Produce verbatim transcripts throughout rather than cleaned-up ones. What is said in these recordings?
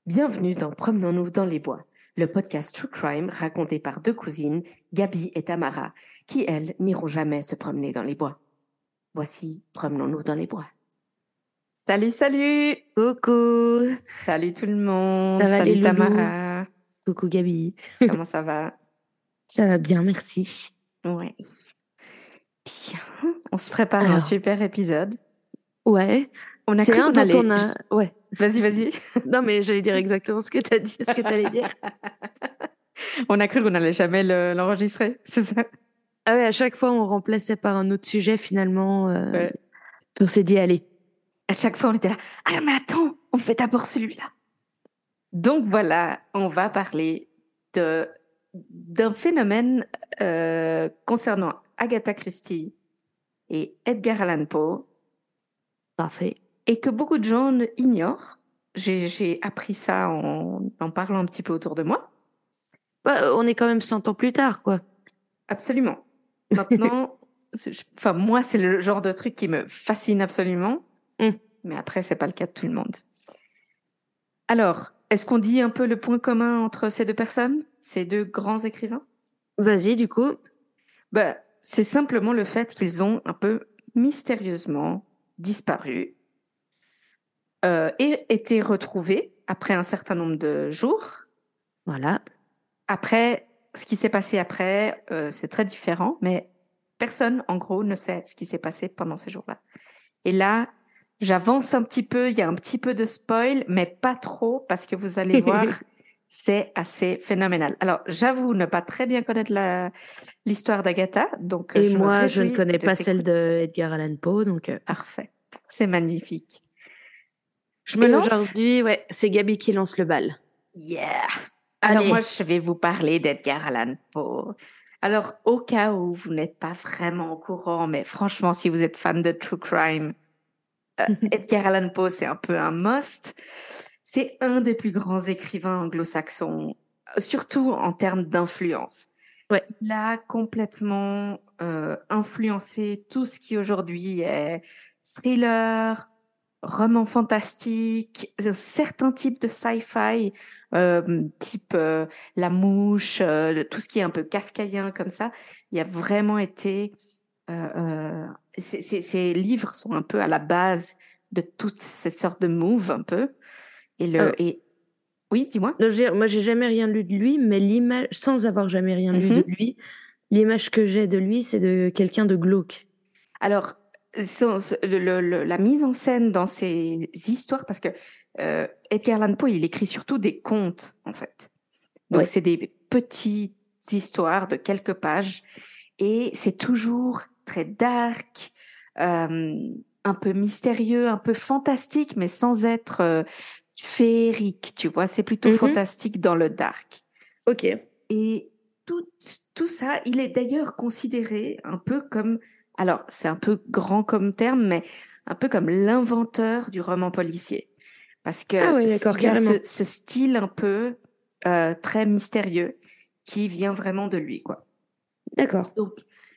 Bienvenue dans Promenons-nous dans les bois, le podcast True Crime raconté par deux cousines, Gabi et Tamara, qui, elles, n'iront jamais se promener dans les bois. Voici Promenons-nous dans les bois. Salut, salut! Coucou, Salut tout le monde! ça va Salut les loulous? Tamara! Coucou Gabi. Comment ça va? Ça va bien, merci. Ouais. Bien, on se prépare Alors, un super épisode. Ouais, On a c'est cru un qu'on dont allait... on a... Ouais, Vas-y, vas-y. non mais j'allais dire exactement ce que t'as dit, ce que t'allais dire. On a cru qu'on allait jamais le- l'enregistrer, c'est ça? Ah ouais, à chaque fois on remplaçait par un autre sujet finalement. Euh... Ouais. On s'est dit, allez. À chaque fois, on était là. Ah, mais attends, on fait d'abord celui-là. Donc voilà, on va parler de, d'un phénomène euh, concernant Agatha Christie et Edgar Allan Poe Parfait. et que beaucoup de gens ignorent. J'ai, j'ai appris ça en, en parlant un petit peu autour de moi. Bah, on est quand même cent ans plus tard, quoi. Absolument. Maintenant, c'est- enfin, moi, c'est le genre de truc qui me fascine absolument. Mm. Mais après, c'est pas le cas de tout le monde. Alors, est-ce qu'on dit un peu le point commun entre ces deux personnes, ces deux grands écrivains? Vas-y, du coup. Bah, c'est simplement le fait qu'ils ont un peu mystérieusement disparu euh, et été retrouvés après un certain nombre de jours. Voilà. Après, ce qui s'est passé après, euh, c'est très différent, mais personne, en gros, ne sait ce qui s'est passé pendant ces jours-là. Et là, j'avance un petit peu, il y a un petit peu de spoil, mais pas trop, parce que vous allez voir, c'est assez phénoménal. Alors, j'avoue ne pas très bien connaître la, l'histoire d'Agatha, donc Et je me moi, je ne réjouis connais de pas celle t'écouter. de Edgar Allan Poe, donc... euh, Parfait, c'est magnifique. Je me Et lance? aujourd'hui, ouais, c'est Gabi qui lance le bal. Yeah! Alors moi, Allez. je vais vous parler d'Edgar Allan Poe. Alors, au cas où vous n'êtes pas vraiment au courant, mais franchement, si vous êtes fan de True Crime, euh, Edgar Allan Poe, c'est un peu un must. C'est un des plus grands écrivains anglo-saxons, surtout en termes d'influence. Ouais. Il a complètement euh, influencé tout ce qui aujourd'hui est thriller, roman fantastique, un certain type de sci-fi, euh, type euh, La Mouche, euh, tout ce qui est un peu kafkaïen comme ça. Il a vraiment été... Euh, euh, ces, ces- ces livres sont un peu à la base de toutes ces sortes de moves un peu. Et le Alors, et oui, dis-moi. non, je veux dire, moi, j'ai jamais rien lu de lui, mais l'image, sans avoir jamais rien lu de Mhm. lui, l'image que j'ai de lui, c'est de quelqu'un de glauque. Alors, son- ce- le- le- la mise en scène dans ces histoires, parce que euh, Edgar Allan Poe, il écrit surtout des contes, en fait. Donc, Ouais. c'est des petites histoires de quelques pages, et c'est toujours très dark, euh, un peu mystérieux, un peu fantastique, mais sans être euh, féerique, tu vois. C'est plutôt Mhm. fantastique dans le dark. Ok. Et tout, tout ça, il est d'ailleurs considéré un peu comme, alors c'est un peu grand comme terme, mais un peu comme l'inventeur du roman policier. Parce Ah que ouais, s- d'accord, il y a ce, carrément. ce style un peu euh, très mystérieux qui vient vraiment de lui, quoi. D'accord. Donc,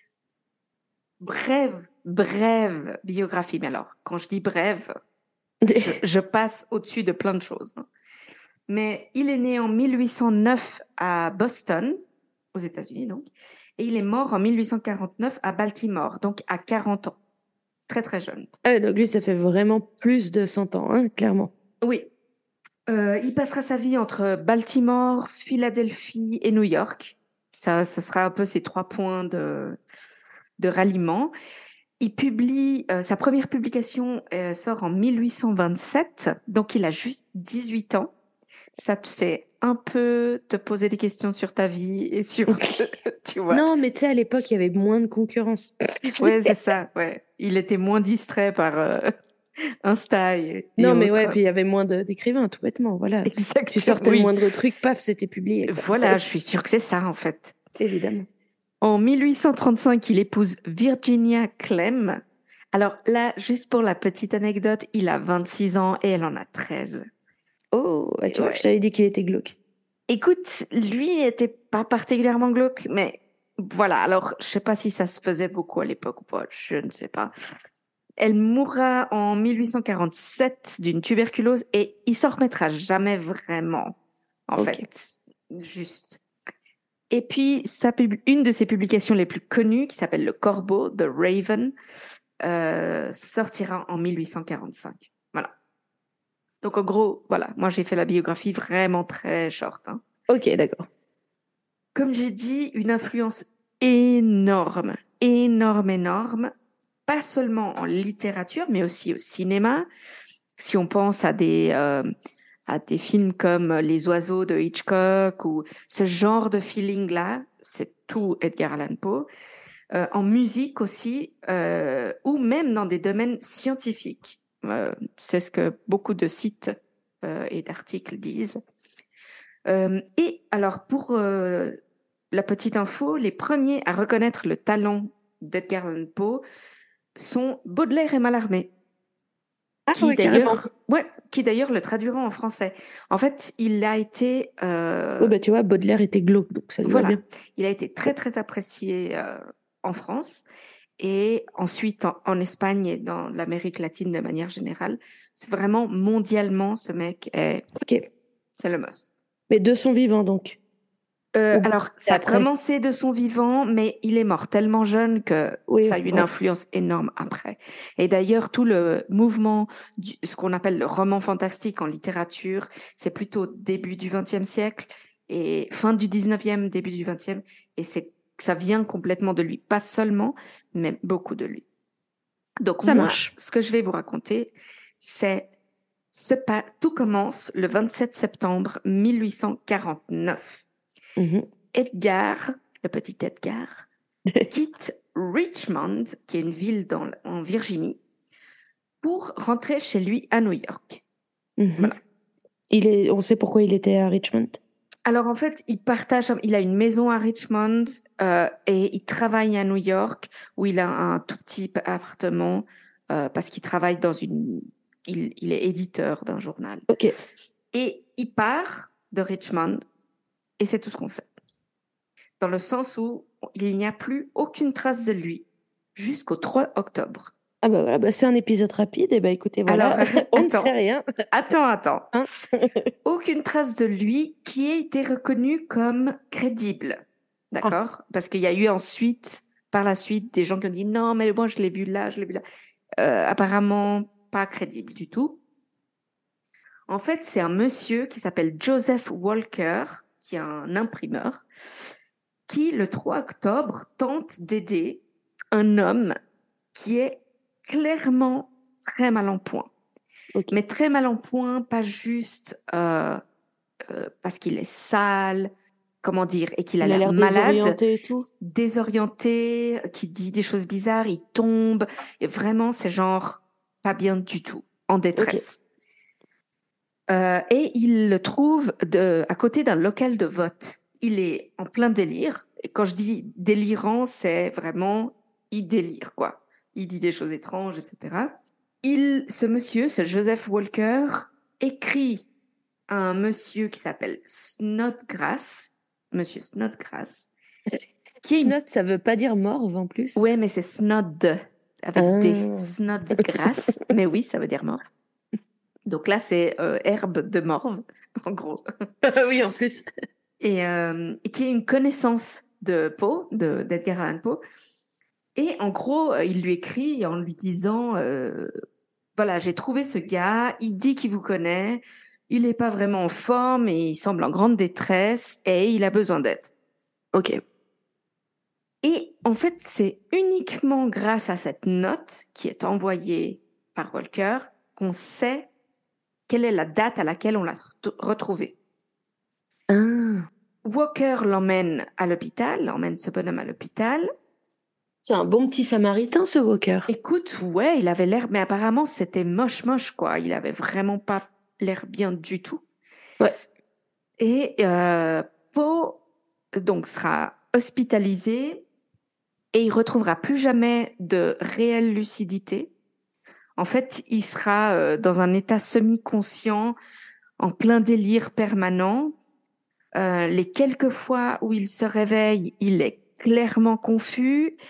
brève, brève biographie. Mais alors, quand je dis brève, je, je passe au-dessus de plein de choses, hein. Mais il est né en mille huit cent neuf à Boston, aux États-Unis donc, et il est mort en mille huit cent quarante-neuf à Baltimore, donc à quarante ans, très très jeune. Ah ouais, donc lui, ça fait vraiment plus de cent ans, hein, clairement. Oui, euh, il passera sa vie entre Baltimore, Philadelphie et New York. Ça, ça sera un peu ses trois points de, de ralliement. Il publie, euh, sa première publication euh, sort en mille huit cent vingt-sept, donc il a juste dix-huit ans. Ça te fait un peu te poser des questions sur ta vie et sur, tu vois. Non, mais tu sais, à l'époque, il y avait moins de concurrence. Ouais, c'est ça, ouais. Il était moins distrait par euh, Insta et, et Non, mais ouais, autres. puis il y avait moins de- d'écrivains, tout bêtement, voilà. Tu Exactement, sortais le oui. moindre truc, paf, c'était publié, quoi. Voilà, je suis sûre que c'est ça, en fait. Évidemment. En mille huit cent trente-cinq, il épouse Virginia Clem. Alors là, juste pour la petite anecdote, il a vingt-six ans et elle en a treize. Oh, bah, tu vois, je Ouais. t'avais dit qu'il était glauque. Écoute, lui n'était pas particulièrement glauque, mais voilà. Alors, je sais pas si ça se faisait beaucoup à l'époque ou pas, je ne sais pas. Elle mourra en mille huit cent quarante-sept d'une tuberculose et il s'en remettra jamais vraiment, en Ok. fait. Juste. Et puis, sa pub- une de ses publications les plus connues, qui s'appelle Le Corbeau, The Raven, euh, sortira en mille huit cent quarante-cinq. Voilà. Donc, en gros, voilà, moi j'ai fait la biographie vraiment très short, hein. Ok, d'accord. Comme j'ai dit, une influence énorme, énorme, énorme, pas seulement en littérature, mais aussi au cinéma. Si on pense à des, euh, à des films comme Les Oiseaux de Hitchcock ou ce genre de feeling-là, c'est tout Edgar Allan Poe. Euh, en musique aussi, euh, ou même dans des domaines scientifiques. Euh, c'est ce que beaucoup de sites euh, et d'articles disent. Euh, et alors, pour euh, la petite info, les premiers à reconnaître le talent d'Edgar Allan Poe sont Baudelaire et Mallarmé, Ah qui ouais, carrément. d'ailleurs, ouais, qui d'ailleurs le traduiront en français. En fait, il a été, Oui, euh, bah tu vois, Baudelaire était glauque, donc ça lui va voilà, bien. il a été très très apprécié euh, en France et ensuite en, en Espagne et dans l'Amérique latine de manière générale. C'est vraiment mondialement, ce mec est, Ok. c'est le must. Mais de son vivant, donc. Euh, Ou alors, c'est ça a après. commencé de son vivant, mais il est mort tellement jeune que Oui, ça a eu une ouais. influence énorme après. Et d'ailleurs, tout le mouvement, du, ce qu'on appelle le roman fantastique en littérature, c'est plutôt début du vingtième siècle et fin du dix-neuvième, début du vingtième, et c'est ça vient complètement de lui, pas seulement, mais beaucoup de lui. Donc Ça moi, marche. ce que je vais vous raconter, c'est ce pas, tout commence le vingt-sept septembre mille huit cent quarante-neuf. Mhm. Edgar, le petit Edgar, quitte Richmond, qui est une ville dans, en Virginie, pour rentrer chez lui à New York. Mhm. Voilà. Il est, on sait pourquoi il était à Richmond. Alors en fait, il partage, il a une maison à Richmond euh, et il travaille à New York où il a un tout petit appartement euh, parce qu'il travaille dans une, il, il est éditeur d'un journal. Ok. Et il part de Richmond et c'est tout ce qu'on sait. Dans le sens où il n'y a plus aucune trace de lui jusqu'au trois octobre. Ah bah voilà, bah c'est un épisode rapide. Et bah écoutez, Alors, voilà, on ne sait attends, rien. attends, attends. Hein. Aucune trace de lui qui ait été reconnue comme crédible. Ah, D'accord? Parce qu'il y a eu ensuite, par la suite, des gens qui ont dit non, mais moi je l'ai vu là, je l'ai vu là. Euh, apparemment, pas crédible du tout. En fait, c'est un monsieur qui s'appelle Joseph Walker, qui est un imprimeur, qui, le trois octobre, tente d'aider un homme qui est clairement très mal en point. ok. Mais très mal en point, pas juste euh, euh, parce qu'il est sale, comment dire, et qu'il a Il a l'air l'air malade, désorienté et tout. désorienté, qui dit des choses bizarres, il tombe. Et vraiment, c'est genre pas bien du tout, en Ok. détresse. Euh, et il le trouve de, à côté d'un local de vote. Il est en plein délire. Et quand je dis délirant, c'est vraiment, il délire, quoi. Il dit des choses étranges, et cetera. Il, ce monsieur, ce Joseph Walker, écrit à un monsieur qui s'appelle Snodgrass, monsieur Snodgrass, qui est une... Snot, ça veut pas dire morve en plus. Ouais, mais c'est Snod, avec D. Ah. Snodgrass, mais oui, ça veut dire mort. Donc là, c'est euh, herbe de morve, en gros. Oui, en plus. Et, euh, et qui est une connaissance de Poe, de, d'Edgar Allan Poe. Et en gros, euh, il lui écrit en lui disant, euh, voilà, j'ai trouvé ce gars, il dit qu'il vous connaît, il n'est pas vraiment en forme et il semble en grande détresse et il a besoin d'aide. Ok. Et en fait, c'est uniquement grâce à cette note qui est envoyée par Walker qu'on sait quelle est la date à laquelle on l'a retrouvé. Ah. Walker l'emmène à l'hôpital, l'emmène ce bonhomme à l'hôpital. C'est un bon petit samaritain, ce Walker. Écoute, ouais, il avait l'air, mais apparemment c'était moche, moche, quoi. Il avait vraiment pas l'air bien du tout. Ouais. Et euh, Poe, donc, sera hospitalisé et il retrouvera plus jamais de réelle lucidité. En fait, il sera euh, dans un état semi-conscient, en plein délire permanent. Euh, les quelques fois où il se réveille, il est clairement confus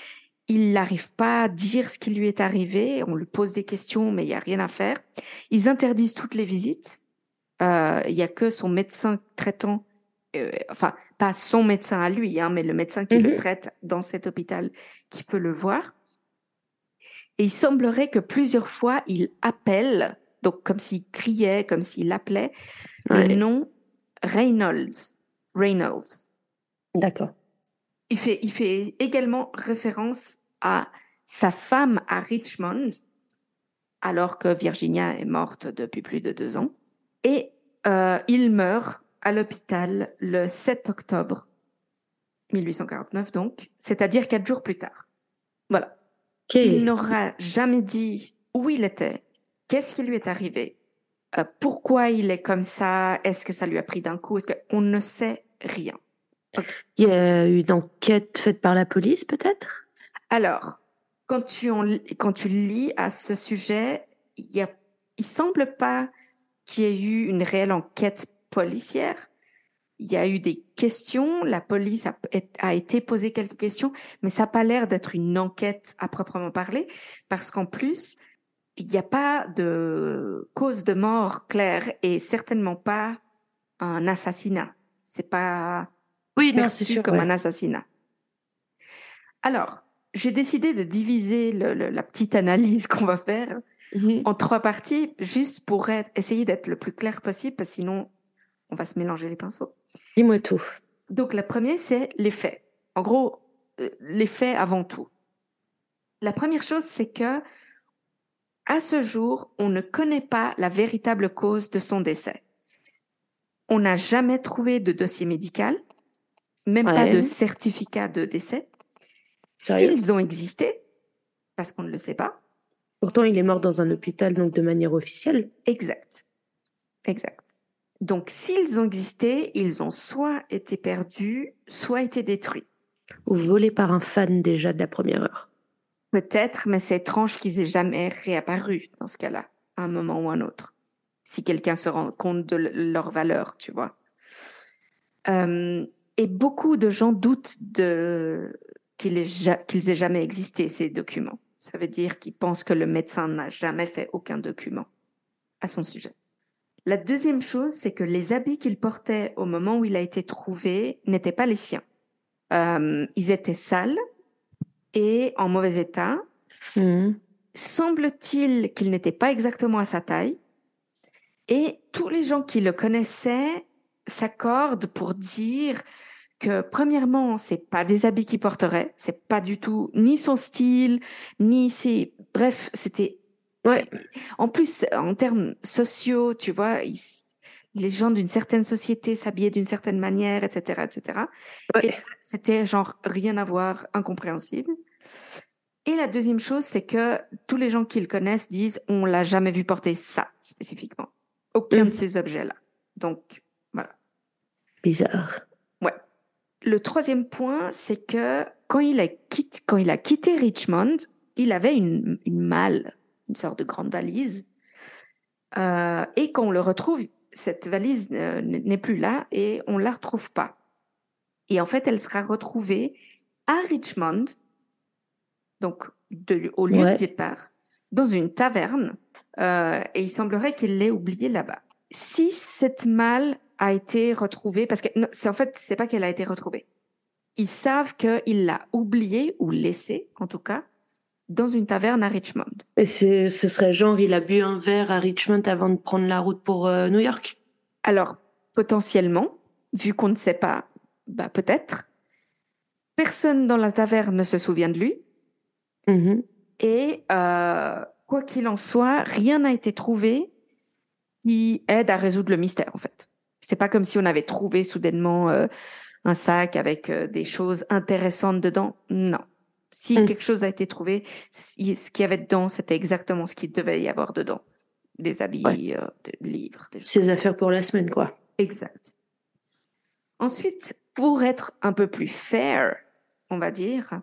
Il n'arrive pas à dire ce qui lui est arrivé. On lui pose des questions, mais il n'y a rien à faire. Ils interdisent toutes les visites. Euh, Il n'y a que son médecin traitant, euh, enfin, pas son médecin à lui, hein, mais le médecin qui le Mhm. traite dans cet hôpital qui peut le voir. Et il semblerait que plusieurs fois, il appelle, donc comme s'il criait, comme s'il appelait, le Ouais, nom Reynolds. Reynolds. d'accord. Il fait, il fait également référence à sa femme à Richmond, alors que Virginia est morte depuis plus de deux ans. Et euh, il meurt à l'hôpital le sept octobre mille huit cent quarante-neuf, donc, c'est-à-dire quatre jours plus tard. Voilà. Il Ok. n'aura jamais dit où il était, qu'est-ce qui lui est arrivé, euh, pourquoi il est comme ça, est-ce que ça lui a pris d'un coup, est-ce que... on ne sait rien. Ok. Il y a eu une enquête faite par la police, peut-être? Alors, quand tu, en- quand tu lis à ce sujet, il y a, il semble pas qu'il y ait eu une réelle enquête policière. Il y a eu des questions, la police a, a été posée quelques questions, mais ça n'a pas l'air d'être une enquête à proprement parler, parce qu'en plus, il n'y a pas de cause de mort claire et certainement pas un assassinat. C'est pas Oui, non, c'est perçu sûr, comme un ouais. assassinat. Alors, j'ai décidé de diviser le- le- la petite analyse qu'on va faire Mhm. en trois parties, juste pour être- essayer d'être le plus clair possible, parce que sinon, on va se mélanger les pinceaux. Dis-moi tout. Donc, la première, c'est les faits. En gros, euh, les faits avant tout. La première chose, c'est que à ce jour, on ne connaît pas la véritable cause de son décès. On n'a jamais trouvé de dossier médical, même pas de Ouais, certificat de décès. sérieux? S'ils ont existé, parce qu'on ne le sait pas, Pourtant, il est mort dans un hôpital, donc de manière officielle. exact, exact. Donc, s'ils ont existé, ils ont soit été perdus, soit été détruits. Ou volé par un fan déjà de la première heure. Peut-être, mais c'est étrange qu'ils aient jamais réapparu dans ce cas-là, à un moment ou un autre. Si quelqu'un se rend compte de leur valeur, tu vois. Euh, et beaucoup de gens doutent de... qu'ils aient, ja... qu'ils aient jamais existé, ces documents. Ça veut dire qu'ils pensent que le médecin n'a jamais fait aucun document à son sujet. La deuxième chose, c'est que les habits qu'il portait au moment où il a été trouvé n'étaient pas les siens. Euh, ils étaient sales et en mauvais état. Mhm. Semble-t-il qu'il n'était pas exactement à sa taille. Et tous les gens qui le connaissaient s'accordent pour dire que premièrement, c'est pas des habits qu'il porterait, c'est pas du tout ni son style, ni ses... Bref, c'était... Ouais, En plus, en termes sociaux, tu vois, ils- les gens d'une certaine société s'habillaient d'une certaine manière, et cetera, et cetera. Et ouais. c'était genre rien à voir, incompréhensible. Et la deuxième chose, c'est que tous les gens qui le connaissent disent on l'a jamais vu porter ça spécifiquement. Aucun de Mhm. ces objets-là. Donc, voilà. Bizarre. Ouais. Le troisième point, c'est que quand il a quitté, quand il a quitté Richmond, il avait une, une malle, une sorte de grande valise. Euh, et quand on le retrouve, cette valise euh, n'est plus là et on la retrouve pas. Et en fait, elle sera retrouvée à Richmond, donc de- au lieu de Ouais. départ, dans une taverne. Euh, et il semblerait qu'il l'ait oubliée là-bas. Si cette malle a été retrouvée, parce que non, c'est en fait, c'est pas qu'elle a été retrouvée. Ils savent qu'il l'a oubliée ou laissée, en tout cas, dans une taverne à Richmond. Et c'est, ce serait genre, il a bu un verre à Richmond avant de prendre la route pour euh, New York. Alors, potentiellement, vu qu'on ne sait pas, bah peut-être. Personne dans la taverne ne se souvient de lui. Mhm. Et euh, quoi qu'il en soit, rien n'a été trouvé qui aide à résoudre le mystère, en fait. C'est pas comme si on avait trouvé soudainement euh, un sac avec euh, des choses intéressantes dedans. Non. Si Mhm. quelque chose a été trouvé, si- ce qu'il y avait dedans, c'était exactement ce qu'il devait y avoir dedans. Des Ouais. habits, euh, des livres, des choses comme Ses ça. affaires pour la semaine, quoi. Exact. Ensuite, pour être un peu plus fair, on va dire,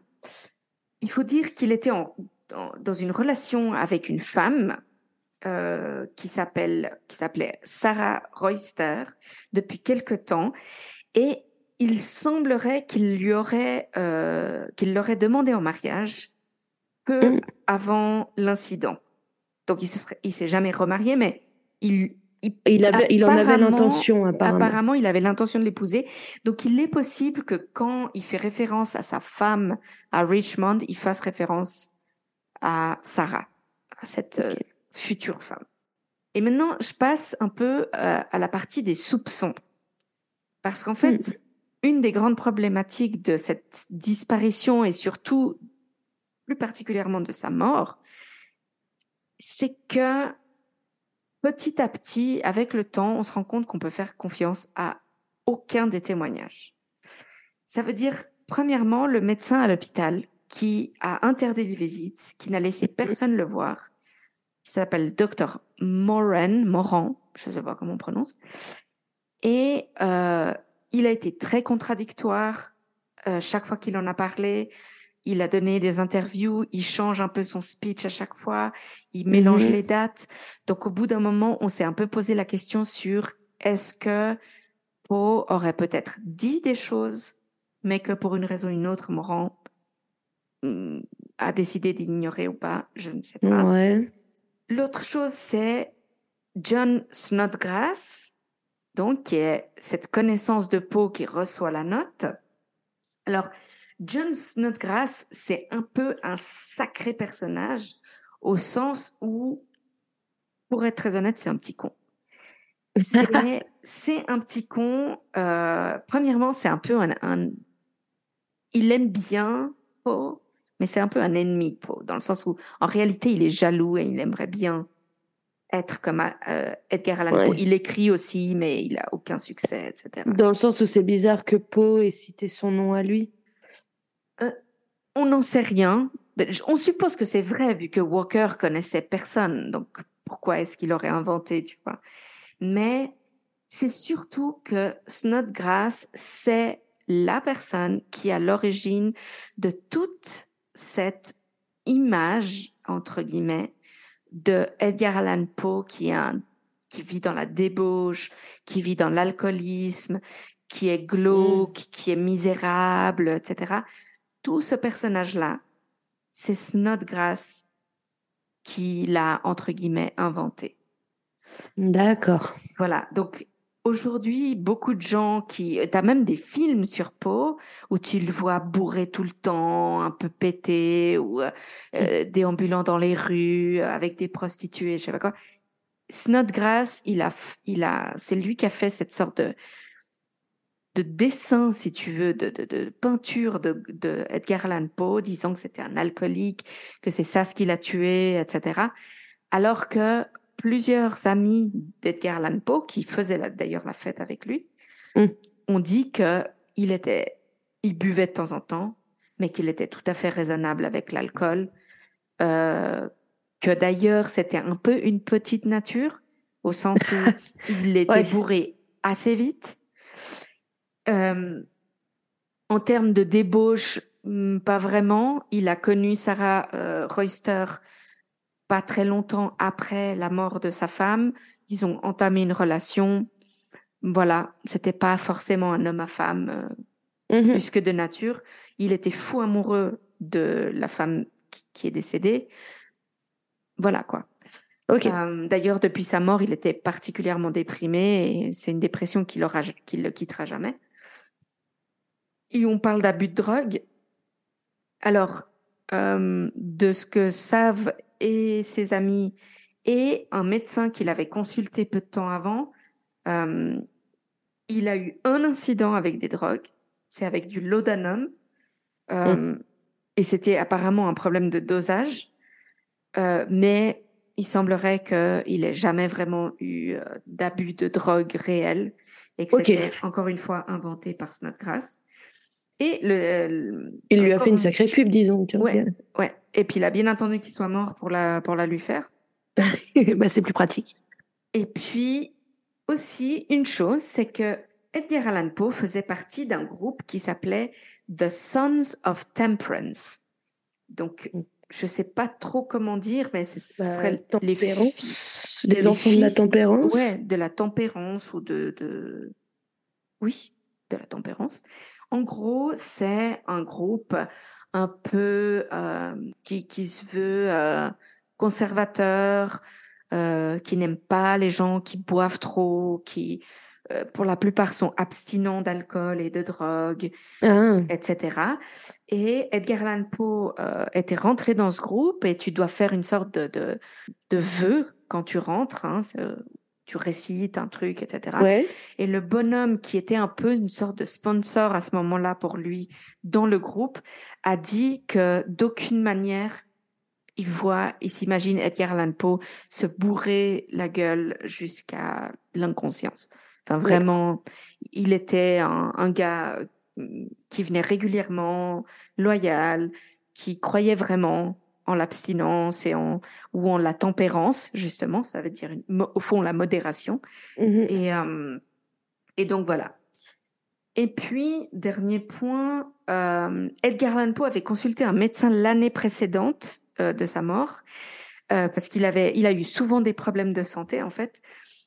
il faut dire qu'il était en- en- dans une relation avec une femme euh, qui s'appelle, qui s'appelait Sarah Royster depuis quelque temps. Et il semblerait qu'il lui aurait, euh, qu'il l'aurait demandé en mariage peu Mm. avant l'incident. Donc, il se serait, il s'est jamais remarié, mais il, il, Il avait, il en avait apparemment, l'intention, apparemment. apparemment, il avait l'intention de l'épouser. Donc, il est possible que quand il fait référence à sa femme à Richmond, il fasse référence à Sarah, à cette euh, Ok. future femme. Et maintenant, je passe un peu euh, à la partie des soupçons. Parce qu'en Mm. fait, une des grandes problématiques de cette disparition et surtout, plus particulièrement de sa mort, c'est que petit à petit, avec le temps, on se rend compte qu'on peut faire confiance à aucun des témoignages. Ça veut dire, premièrement, le médecin à l'hôpital qui a interdit les visites, qui n'a laissé personne le voir, qui s'appelle docteur Moran, Moran, je ne sais pas comment on prononce, et euh, il a été très contradictoire euh, chaque fois qu'il en a parlé. Il a donné des interviews, il change un peu son speech à chaque fois, il mélange Mhm. les dates. Donc au bout d'un moment, on s'est un peu posé la question sur est-ce que Poe aurait peut-être dit des choses, mais que pour une raison ou une autre, Moran hum, a décidé d'ignorer ou pas, je ne sais pas. Ouais. L'autre chose, c'est John Snodgrass, donc qui est cette connaissance de Poe qui reçoit la note. Alors, John Snodgrass, c'est un peu un sacré personnage au sens où, pour être très honnête, c'est un petit con. C'est, c'est un petit con. Euh, premièrement, c'est un peu un, un- il aime bien Poe, mais c'est un peu un ennemi de Poe, dans le sens où, en réalité, il est jaloux et il aimerait bien être comme euh, Edgar Allan Poe. Ouais. Il écrit aussi, mais il a aucun succès, et cetera. Dans le sens où c'est bizarre que Poe ait cité son nom à lui. Euh, on n'en sait rien. On suppose que c'est vrai vu que Walker connaissait personne. Donc pourquoi est-ce qu'il aurait inventé, tu vois? Mais c'est surtout que Snodgrass, c'est la personne qui a l'origine de toute cette image, entre guillemets, de Edgar Allan Poe qui, est un, qui vit dans la débauche, qui vit dans l'alcoolisme, qui est Mm. glauque, qui est misérable, et cetera. Tout ce personnage-là, c'est Snodgrass qui l'a, entre guillemets, inventé. D'accord. Voilà, donc aujourd'hui, beaucoup de gens qui... Tu as même des films sur Poe où tu le vois bourré tout le temps, un peu pété, ou euh, Mm. euh, déambulant dans les rues euh, avec des prostituées, je sais pas quoi. Snodgrass, il a, il a, c'est lui qui a fait cette sorte de, de dessin, si tu veux, de, de, de peinture de, de Edgar Allan Poe, disant que c'était un alcoolique, que c'est ça ce qui l'a tué, et cetera. Alors que plusieurs amis d'Edgar Allan Poe, qui faisaient la- d'ailleurs la fête avec lui, Mm. ont dit que il était, il buvait de temps en temps, mais qu'il était tout à fait raisonnable avec l'alcool, euh, que d'ailleurs c'était un peu une petite nature, au sens où il était Ouais. bourré assez vite. Euh, En termes de débauche, hmm, pas vraiment. Il a connu Sarah euh, Royster pas très longtemps après la mort de sa femme. Ils ont entamé une relation. Voilà, c'était pas forcément un homme à femme euh, Mhm. plus que de nature. Il était fou amoureux de la femme qui, qui est décédée. Voilà quoi. Ok. Euh, d'ailleurs, depuis sa mort, il était particulièrement déprimé et c'est une dépression qui, l'aura, qui le quittera jamais. Et on parle d'abus de drogue. Alors, euh, de ce que savent et ses amis et un médecin qu'il avait consulté peu de temps avant, euh, il a eu un incident avec des drogues, c'est avec du laudanum, Mm. euh, et c'était apparemment un problème de dosage, euh, mais il semblerait qu'il n'ait jamais vraiment eu euh, d'abus de drogue réel et que Ok. c'était encore une fois inventé par Snodgrass. Et le, le- Il lui a fait encore une une sacrée pub, disons. Tiens. Ouais, ouais. Et puis il a bien entendu qu'il soit mort pour la, pour la lui faire. Bah, c'est plus pratique. Et puis aussi, une chose, c'est que Edgar Allan Poe faisait partie d'un groupe qui s'appelait The Sons of Temperance. Donc, je ne sais pas trop comment dire, mais ce Bah, serait les, fi- tempérance. Les les enfants de la fils tempérance. ouais, de la tempérance ou de, de... Oui. de la tempérance. En gros, c'est un groupe un peu euh, qui, qui se veut euh, conservateur, euh, qui n'aime pas les gens qui boivent trop, qui, euh, pour la plupart, sont abstinents d'alcool et de drogue, Ah, et cetera. Et Edgar Allan Poe euh, était rentré dans ce groupe et tu dois faire une sorte de, de, de vœu quand tu rentres, hein, euh, tu récites un truc, et cetera. ouais. Et le bonhomme qui était un peu une sorte de sponsor à ce moment-là pour lui dans le groupe a dit que d'aucune manière il voit, il s'imagine Edgar Allan Poe se bourrer la gueule jusqu'à l'inconscience. Enfin, D'accord. vraiment, il était un, un gars euh, qui venait régulièrement, loyal, qui croyait vraiment en l'abstinence et en, ou en la tempérance, justement, ça veut dire une- au fond la modération. Mhm. Et, euh, et donc voilà. Et puis, dernier point, euh, Edgar Allan Poe avait consulté un médecin l'année précédente euh, de sa mort, euh, parce qu'il avait, il a eu souvent des problèmes de santé, en fait.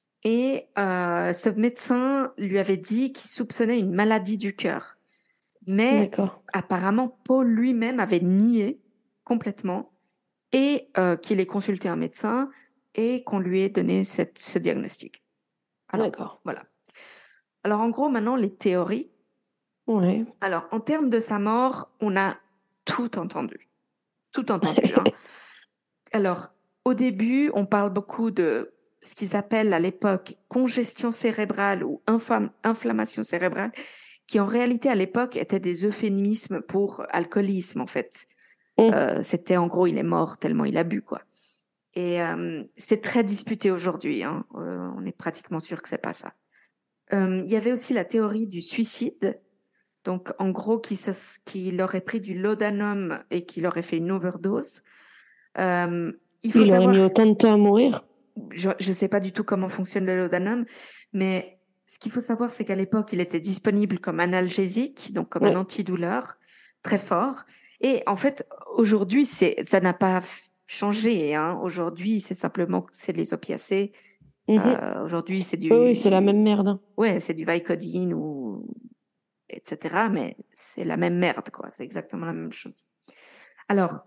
Et euh, ce médecin lui avait dit qu'il soupçonnait une maladie du cœur. Mais D'accord. apparemment, Paul lui-même avait nié complètement et euh, qu'il ait consulté un médecin et qu'on lui ait donné cette, ce diagnostic. Alors, D'accord. voilà. Alors, en gros, maintenant, les théories. Ouais. Alors, en termes de sa mort, on a tout entendu. Tout entendu, hein. Alors, au début, on parle beaucoup de ce qu'ils appellent à l'époque congestion cérébrale ou infam- inflammation cérébrale, qui en réalité à l'époque étaient des euphémismes pour alcoolisme, en fait. Mm. Euh, c'était en gros, il est mort tellement il a bu, quoi. Et euh, c'est très disputé aujourd'hui, hein. Euh, on est pratiquement sûr que c'est pas ça. Euh, Il y avait aussi la théorie du suicide. Donc, en gros, qu'il se- qu'il aurait pris du laudanum et qu'il aurait fait une overdose. Euh, il faut Il aurait savoir, mis autant de temps à mourir? je ne sais pas du tout comment fonctionne le laudanum, mais ce qu'il faut savoir, c'est qu'à l'époque, il était disponible comme analgésique, donc comme un Ouais. antidouleur très fort. Et en fait, aujourd'hui, c'est, ça n'a pas f- changé, hein. Aujourd'hui, c'est simplement, c'est les opiacés. Mhm. Euh, aujourd'hui, c'est Oui, oui, c'est la du, même merde, hein. ouais, c'est du Vicodin ou et cetera. Mais c'est la même merde, quoi. C'est exactement la même chose. Alors,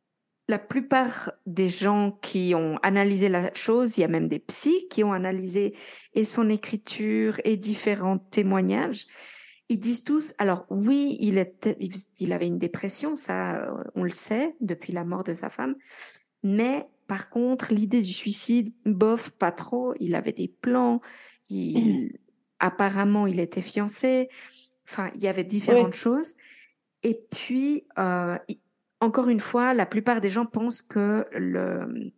la plupart des gens qui ont analysé la chose, il y a même des psys qui ont analysé et son écriture et différents témoignages. Ils disent tous, alors oui, il, était, il avait une dépression, ça, euh, on le sait depuis la mort de sa femme, mais par contre, l'idée du suicide, bof, pas trop. Il avait des plans, il, apparemment, il était fiancé. Enfin, il y avait différentes Ouais. choses. Et puis, euh, il- encore une fois, la plupart des gens pensent que le,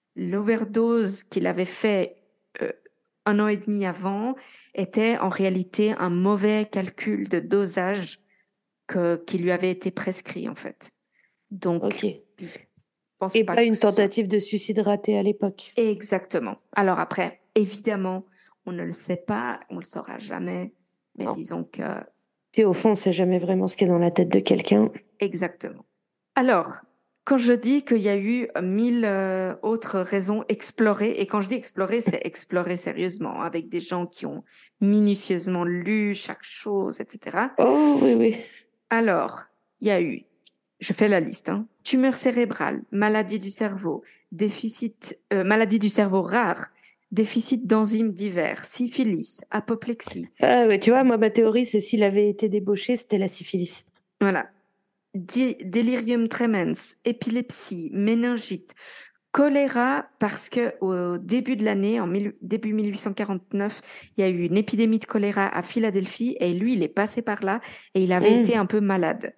l'overdose qu'il avait fait euh, un an et demi avant était en réalité un mauvais calcul de dosage que, qui lui avait été prescrit, en fait. Donc, Ok. je pense Et pas pas que une ce soit tentative de suicide ratée à l'époque. exactement. Alors après, évidemment, on ne le sait pas, on le saura jamais, mais Non. disons que Puis au fond, on sait jamais vraiment ce qui est dans la tête de quelqu'un. exactement. Alors, quand je dis qu'il y a eu mille euh, autres raisons explorées, et quand je dis explorer, c'est explorer sérieusement, avec des gens qui ont minutieusement lu chaque chose, et cetera. Oh oui, oui. Alors, il y a eu, je fais la liste, hein, tumeur cérébrale, maladie du cerveau, déficit, euh, maladie du cerveau rare, déficit d'enzymes divers, syphilis, apoplexie, Ah ouais, tu vois, moi, ma théorie, c'est s'il avait été débauché, c'était la syphilis. voilà, Di- delirium tremens, épilepsie, méningite, choléra, parce que au début de l'année, en mille- début mille huit cent quarante-neuf, il y a eu une épidémie de choléra à Philadelphie et lui, il est passé par là et il avait été Mmh. un peu malade.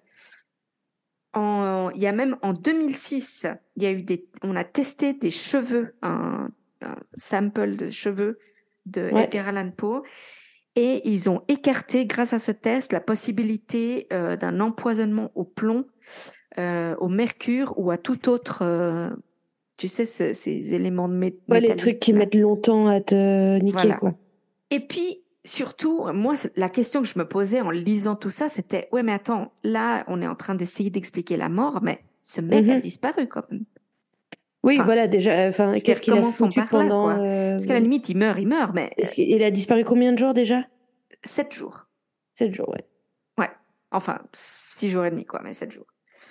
En, il y a même en deux mille six, il y a eu des, on a testé des cheveux, un, un sample de cheveux de Ouais. Edgar Allan Poe, et ils ont écarté, grâce à ce test, la possibilité euh, d'un empoisonnement au plomb, euh, au mercure ou à tout autre, euh, tu sais, ce- ces éléments de mé- Ouais, les trucs métalliques qui là. mettent longtemps à te niquer, Voilà. quoi. Et puis, surtout, moi, la question que je me posais en lisant tout ça, c'était, ouais, mais attends, là, on est en train d'essayer d'expliquer la mort, mais ce mec a Mhm. disparu quand même. Oui, Enfin, voilà, déjà, enfin, je veux qu'est-ce dire, qu'il a commençons foutu par là, pendant... quoi. Parce qu'à la euh, limite, il meurt, il meurt, mais euh, est-ce qu'il il a disparu combien de jours déjà? sept jours. Sept jours, ouais. Ouais, enfin, six jours et demi, quoi, mais sept jours.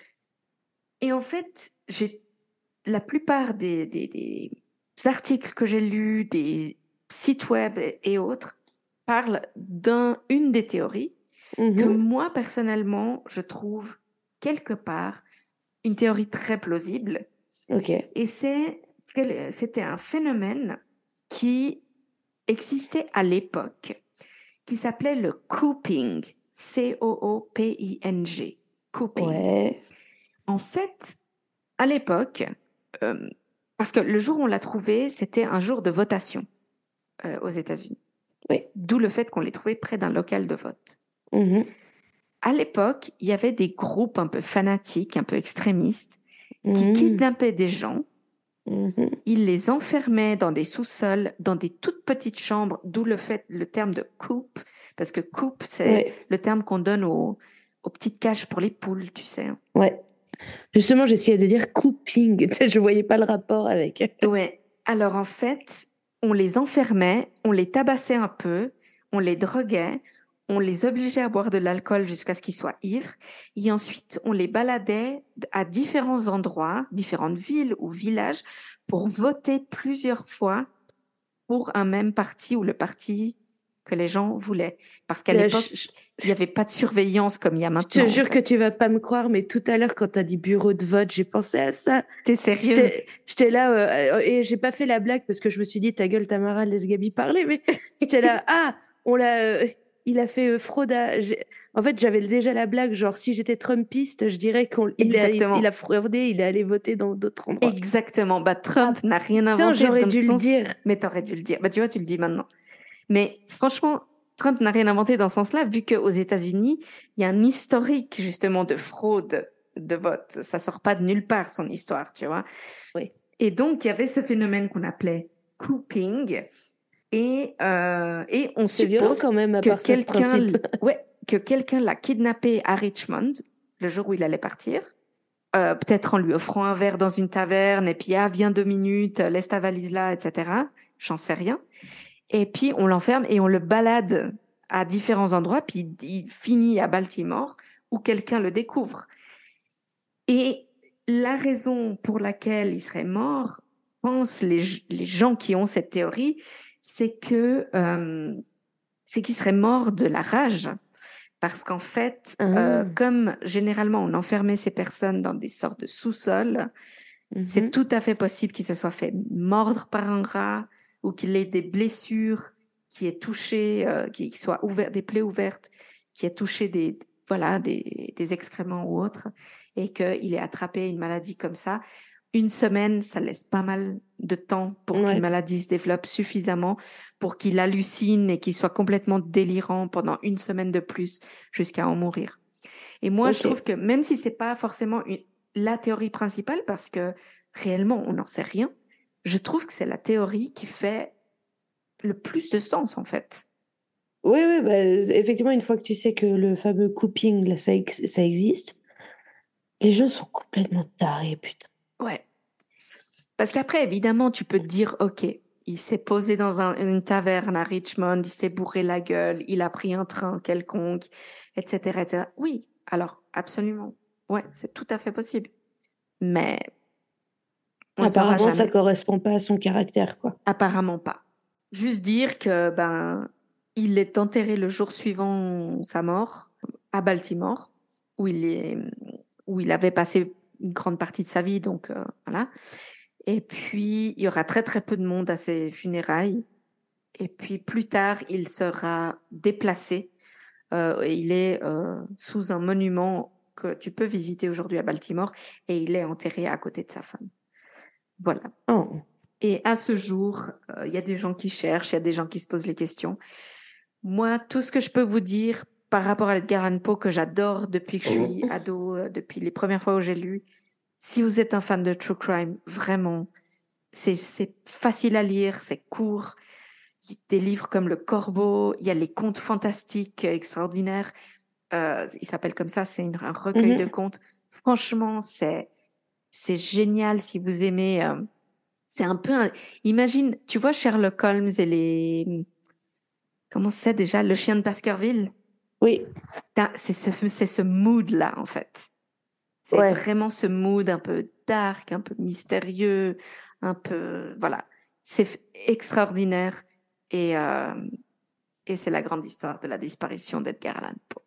Et en fait, j'ai la plupart des, des, des articles que j'ai lus, des sites web et, et autres, parlent d'une des théories que Mhm. moi, personnellement, je trouve quelque part une théorie très plausible. Ok. Et c'est, c'était un phénomène qui existait à l'époque, qui s'appelait le cooping, C O O P I N G, cooping. Ouais. En fait, à l'époque, euh, parce que le jour où on l'a trouvé, c'était un jour de votation euh, aux États-Unis, Oui. d'où le fait qu'on l'ait trouvé près d'un local de vote. Mhm. À l'époque, il y avait des groupes un peu fanatiques, un peu extrémistes, qui Mhm. kidnappaient des gens. Mhm. Ils les enfermaient dans des sous-sols, dans des toutes petites chambres, d'où le fait le terme de coop, parce que coop, c'est Ouais. le terme qu'on donne aux, aux petites cages pour les poules, tu sais. Ouais. Justement, j'essayais de dire cooping. Tu sais, je voyais pas le rapport avec. Ouais. Alors en fait, on les enfermait, on les tabassait un peu, on les droguait, on les obligeait à boire de l'alcool jusqu'à ce qu'ils soient ivres, et ensuite on les baladait à différents endroits, différentes villes ou villages, pour voter plusieurs fois pour un même parti ou le parti que les gens voulaient. Parce qu'à C'est- l'époque, Je, je- il n'y avait pas de surveillance comme il y a je te maintenant, en jure que fait. tu vas pas me croire, mais tout à l'heure, quand tu as dit bureau de vote, j'ai pensé à ça. T'es sérieuse? J'étais, j'étais là, euh, et j'ai pas fait la blague parce que je me suis dit, ta gueule, Tamara, laisse Gabi parler, mais j'étais là, ah, on l'a, euh, il a fait euh, fraude à. j'ai- En fait, j'avais déjà la blague, genre, si j'étais Trumpiste, je dirais qu'il a, il a Exactement. fraudé, il est allé voter dans d'autres endroits. Exactement. Bah, Ah Trump n'a rien putain, inventé j'aurais dans le dû le sens, dire. mais t'aurais dû le dire. Bah, tu vois, tu le dis maintenant. Mais franchement, Trump n'a rien inventé dans ce sens-là, vu qu'aux États-Unis, il y a un historique justement de fraude de vote. Ça sort pas de nulle part, son histoire, tu vois. Oui. Et donc, il y avait ce phénomène qu'on appelait cooping. Et, euh, et on C'est violent suppose quand même, à que part ça, ce principe. quelqu'un ouais, que quelqu'un l'a kidnappé à Richmond le jour où il allait partir. Euh, peut-être en lui offrant un verre dans une taverne, et puis, ah, viens deux minutes, laisse ta valise là, et cetera. J'en sais rien. Et puis, on l'enferme et on le balade à différents endroits, puis il finit à Baltimore, où quelqu'un le découvre. Et la raison pour laquelle il serait mort, pensent les, les gens qui ont cette théorie, c'est que euh, c'est qu'il serait mort de la rage. Parce qu'en fait, euh, Ah, comme généralement on enfermait ces personnes dans des sortes de sous-sols, c'est mhm. tout à fait possible qu'il se soit fait mordre par un rat ou qu'il ait des blessures, qui ait touché, euh, qui soit ouvert, des plaies ouvertes, qui ait touché des, voilà, des, des excréments ou autres, et qu'il ait attrapé une maladie comme ça. Une semaine, ça laisse pas mal de temps pour qu'une Ouais, maladie se développe suffisamment pour qu'il hallucine et qu'il soit complètement délirant pendant une semaine de plus jusqu'à en mourir. Et moi, je trouve ok. que même si c'est pas forcément une- la théorie principale, parce que réellement, on n'en sait rien, je trouve que c'est la théorie qui fait le plus de sens, en fait. Oui, oui, bah, effectivement, une fois que tu sais que le fameux cooping, là, ça, ex- ça existe, les gens sont complètement tarés, putain. Ouais. Parce qu'après, évidemment, tu peux te dire, OK, il s'est posé dans un- une taverne à Richmond, il s'est bourré la gueule, il a pris un train quelconque, et cetera, et cetera. Oui, alors, absolument. Ouais, c'est tout à fait possible. Mais on le saura Apparemment, ça jamais. correspond pas à son caractère, quoi. Apparemment pas. Juste dire que ben il est enterré le jour suivant sa mort à Baltimore, où il est, où il avait passé une grande partie de sa vie, donc euh, voilà. Et puis il y aura très très peu de monde à ses funérailles. Et puis plus tard, il sera déplacé. Euh, et il est euh, sous un monument que tu peux visiter aujourd'hui à Baltimore, et il est enterré à côté de sa femme. Voilà. Oh. Et à ce jour, euh, il y a des gens qui cherchent, il y a des gens qui se posent les questions. Moi, tout ce que je peux vous dire par rapport à Edgar Allan Poe, que j'adore depuis que je suis ado, euh, depuis les premières fois où j'ai lu, si vous êtes un fan de True Crime, vraiment, c'est, c'est facile à lire, c'est court. Il y a des livres comme Le Corbeau, il y a les contes fantastiques euh, extraordinaires. Euh, il s'appelle comme ça, c'est une- un recueil de Mhm. contes. Franchement, c'est, c'est génial si vous aimez. euh, c'est un peu un... Imagine, tu vois Sherlock Holmes et les... Comment c'est déjà? Le chien de Baskerville? Oui, T'as- C'est ce, c'est ce mood-là, en fait. C'est ouais. vraiment ce mood un peu dark, un peu mystérieux, un peu... Voilà. C'est f- extraordinaire. Et, euh, et c'est la grande histoire de la disparition d'Edgar Allan Poe.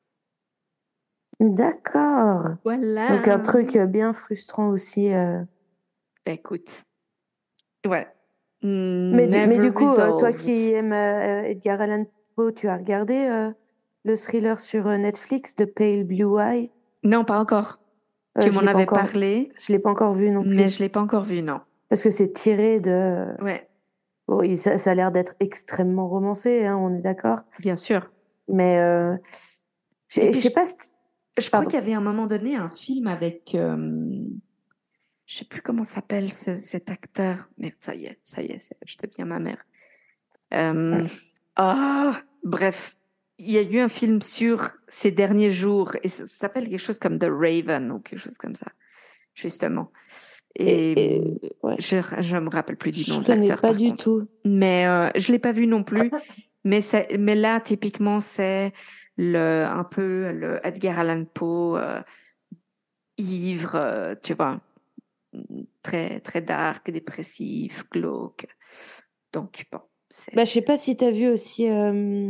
D'accord. Donc un Voilà. truc euh, bien frustrant aussi. euh. Ben, écoute, ouais. Mais du, mais Never du coup, euh, toi resolved. qui aimes euh, Edgar Allan Poe, tu as regardé euh, le thriller sur euh, Netflix de Pale Blue Eye? Non, pas encore. Euh, Tu je m'en l'ai pas avais encore, parlé, je l'ai pas encore vu non mais plus. je l'ai pas encore vu, non. Parce que c'est tiré de. Ouais, Bon, il- ça, ça a l'air d'être extrêmement romancé, hein, on est d'accord. bien sûr. Mais euh, Et je je puis, sais je, pas. si- je crois Pardon. qu'il y avait à un moment donné un film avec, euh, je sais plus comment s'appelle ce- cet acteur. Merde, ça y est, ça y est, c'est- je deviens ma mère. Euh, ah, bref, il y a eu un film sur ces derniers jours et ça s'appelle quelque chose comme The Raven ou quelque chose comme ça, justement. Et, Et et, ouais, je je me rappelle plus du nom je de connais l'acteur pas par du contre. tout. Mais euh, je l'ai pas vu non plus. Mais c'est, mais là typiquement c'est le un peu le Edgar Allan Poe euh, ivre, euh, tu vois, très très dark, dépressif, glauque. Donc bon, Bah, c'est je sais pas si tu as vu aussi. euh,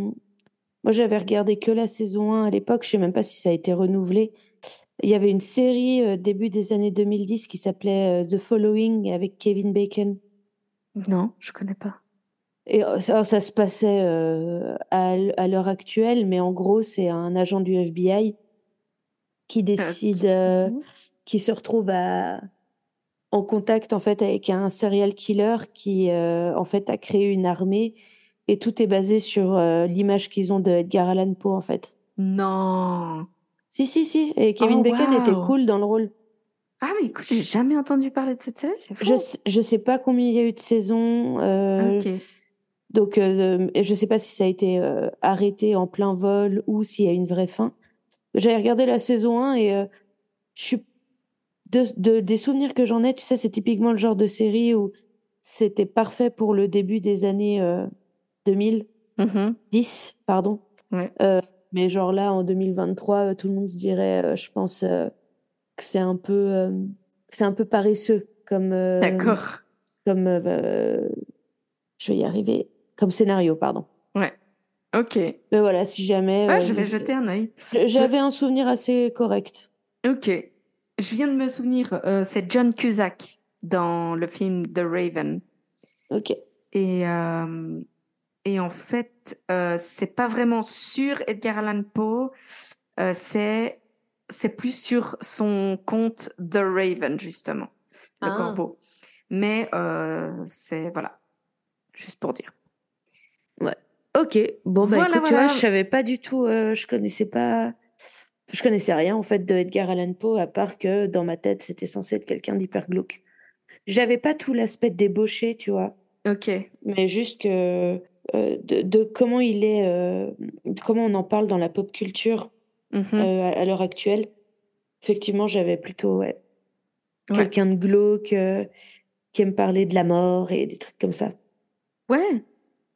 Moi, j'avais regardé que la saison un à l'époque. Je sais même pas si ça a été renouvelé. Il y avait une série euh, début des années deux mille dix qui s'appelait euh, The Following avec Kevin Bacon. non, je connais pas. Et euh, ça, ça se passait euh, à, l- à l'heure actuelle, mais en gros, c'est un agent du F B I qui décide, Ok. euh, qui se retrouve à, en contact en fait avec un serial killer qui euh, en fait a créé une armée et tout est basé sur euh, l'image qu'ils ont de Edgar Allan Poe en fait. Non. Si si si, et Kevin Oh Bacon était waouh. cool dans le rôle. Ah mais écoute, j'ai jamais entendu parler de cette série, c'est Je fou. sais- je sais pas combien il y a eu de saisons, euh, Ok. donc euh, et je sais pas si ça a été euh, arrêté en plein vol ou s'il y a une vraie fin. J'avais regardé la saison un et euh, je suis de, de- des souvenirs que j'en ai, tu sais, c'est typiquement le genre de série où c'était parfait pour le début des années euh, deux mille Mhm. dix, pardon. Ouais. Euh, mais genre là, en deux mille vingt-trois, euh, tout le monde se dirait, euh, je pense, euh, que c'est un peu, euh, que c'est un peu paresseux comme, euh, D'accord. comme, euh, je vais y arriver, comme scénario, pardon. Ouais. Ok. Mais voilà, si jamais, Ah, je euh, vais jeter un œil. je- Je... j'avais un souvenir assez correct. Ok. Je viens de me souvenir, euh, c'est John Cusack dans le film The Raven. Ok. Et, euh, et en fait, euh, c'est pas vraiment sur Edgar Allan Poe, euh, c'est c'est plus sur son compte The Raven, justement, le Ah. corbeau. Mais euh, c'est, voilà, juste pour dire. Ouais. Ok. Bon, bah Voilà, écoute, tu vois, je voilà. savais pas du tout, euh, je connaissais pas, je connaissais rien en fait de Edgar Allan Poe, à part que dans ma tête, c'était censé être quelqu'un d'hyper glauque. J'avais pas tout l'aspect débauché, tu vois, Ok. mais juste que euh, de, de comment il est, euh, de comment on en parle dans la pop culture Mhm. euh, à, à l'heure actuelle. Effectivement, j'avais plutôt ouais, Ouais. quelqu'un de glauque euh, qui aime parler de la mort et des trucs comme ça. Ouais,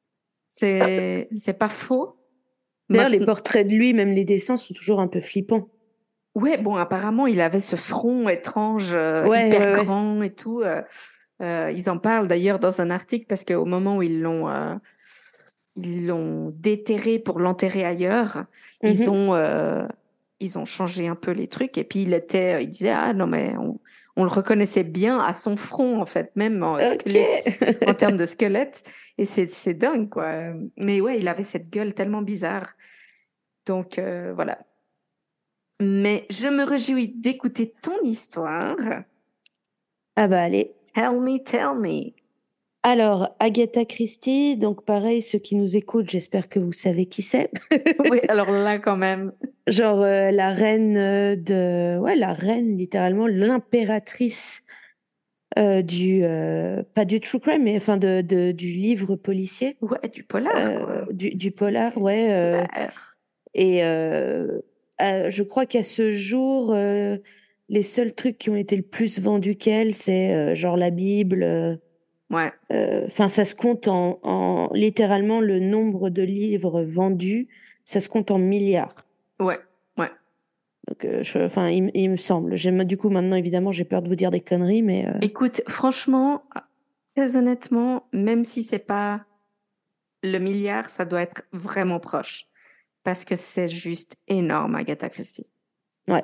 c'est c'est pas faux. D'ailleurs, les Maintenant, portraits de lui, même les dessins, sont toujours un peu flippants. ouais, bon, apparemment, il avait ce front étrange, euh, Ouais, hyper ouais, ouais. grand et tout. euh, euh, ils en parlent d'ailleurs dans un article parce qu'au moment où ils l'ont euh, ils l'ont déterré pour l'enterrer ailleurs, ils Mhm. ont euh, ils ont changé un peu les trucs et puis il était, il disait ah non mais on, on le reconnaissait bien à son front en fait, même en Ok. squelette, en termes de squelette et c'est c'est dingue quoi. Mais ouais, il avait cette gueule tellement bizarre. Donc euh, voilà. Mais je me réjouis d'écouter ton histoire. Ah bah allez. Tell me, tell me. Alors, Agatha Christie, donc pareil, ceux qui nous écoutent, j'espère que vous savez qui c'est. Oui, alors là quand même. Genre euh, la reine euh, de... Ouais, la reine, littéralement, l'impératrice euh, du... euh, pas du true crime, mais enfin de, de- du livre policier, Ouais, du polar euh, quoi. du, du C'est polar, ouais. euh, polar. et euh, euh, je crois qu'à ce jour, euh, les seuls trucs qui ont été le plus vendus qu'elle, c'est euh, genre la Bible. euh, Ouais. euh, Enfin, ça se compte en, en littéralement le nombre de livres vendus, ça se compte en milliards. Ouais, ouais. Donc, euh, je- enfin, il, il me semble. J'ai- Du coup, maintenant, évidemment, j'ai peur de vous dire des conneries, mais euh, Écoute, franchement, très honnêtement, même si c'est pas le milliard, ça doit être vraiment proche. Parce que c'est juste énorme, Agatha Christie. ouais.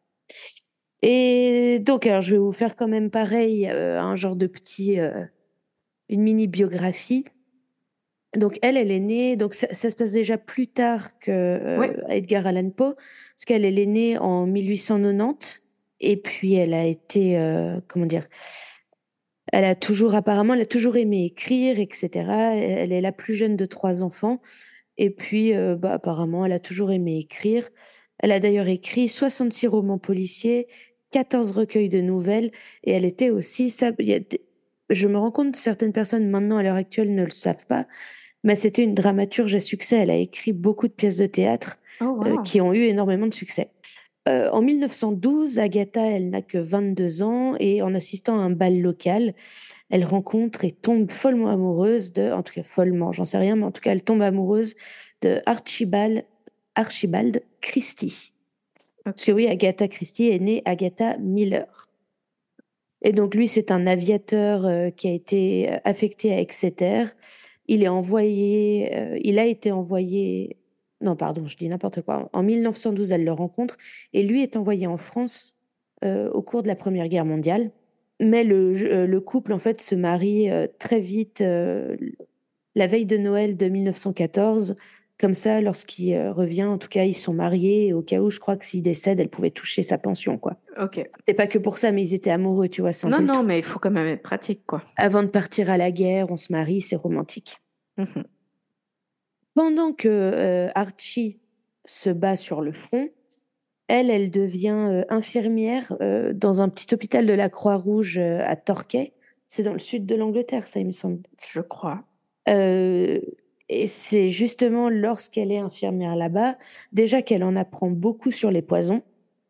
Et donc, alors, je vais vous faire quand même pareil, euh, un genre de petit, euh, une mini biographie. Donc elle, elle est née, donc ça, ça se passe déjà plus tard que euh, Ouais. Edgar Allan Poe, parce qu'elle elle est née en mille huit cent quatre-vingt-dix, et puis elle a été, euh, comment dire, elle a toujours apparemment, elle a toujours aimé écrire, et cetera. Elle est la plus jeune de trois enfants, et puis euh, bah, apparemment, elle a toujours aimé écrire. Elle a d'ailleurs écrit soixante-six romans policiers, quatorze recueils de nouvelles, et elle était aussi, ça, il y a des- je me rends compte, certaines personnes maintenant à l'heure actuelle ne le savent pas, mais c'était une dramaturge à succès. Elle a écrit beaucoup de pièces de théâtre Oh, euh, wow. qui ont eu énormément de succès. Euh, en mille neuf cent douze, Agatha, elle n'a que vingt-deux ans et en assistant à un bal local, elle rencontre et tombe follement amoureuse de, en tout cas follement, j'en sais rien, mais en tout cas elle tombe amoureuse de Archibald, Archibald Christie. Parce que Ok. oui, Agatha Christie est née Agatha Miller. Et donc lui, c'est un aviateur euh, qui a été euh, affecté à Exeter. Il est envoyé, euh, il a été envoyé, non pardon, je dis n'importe quoi. En mille neuf cent douze, elle le rencontre et lui est envoyé en France euh, au cours de la Première Guerre mondiale. Mais le, euh, le couple en fait se marie euh, très vite euh, la veille de Noël de mille neuf cent quatorze. Comme ça, lorsqu'il euh, revient, en tout cas, ils sont mariés. Et au cas où, je crois que s'il décède, elle pouvait toucher sa pension, quoi. Ok. C'est pas que pour ça, mais ils étaient amoureux, tu vois, c'est un Non, peu le non, truc. mais il faut quand même être pratique, quoi. Avant de partir à la guerre, on se marie, c'est romantique. Mhm. Pendant que euh, Archie se bat sur le front, elle, elle devient euh, infirmière euh, dans un petit hôpital de la Croix-Rouge euh, à Torquay. C'est dans le sud de l'Angleterre, ça, il me semble. Je crois. Euh, et c'est justement lorsqu'elle est infirmière là-bas, déjà qu'elle en apprend beaucoup sur les poisons.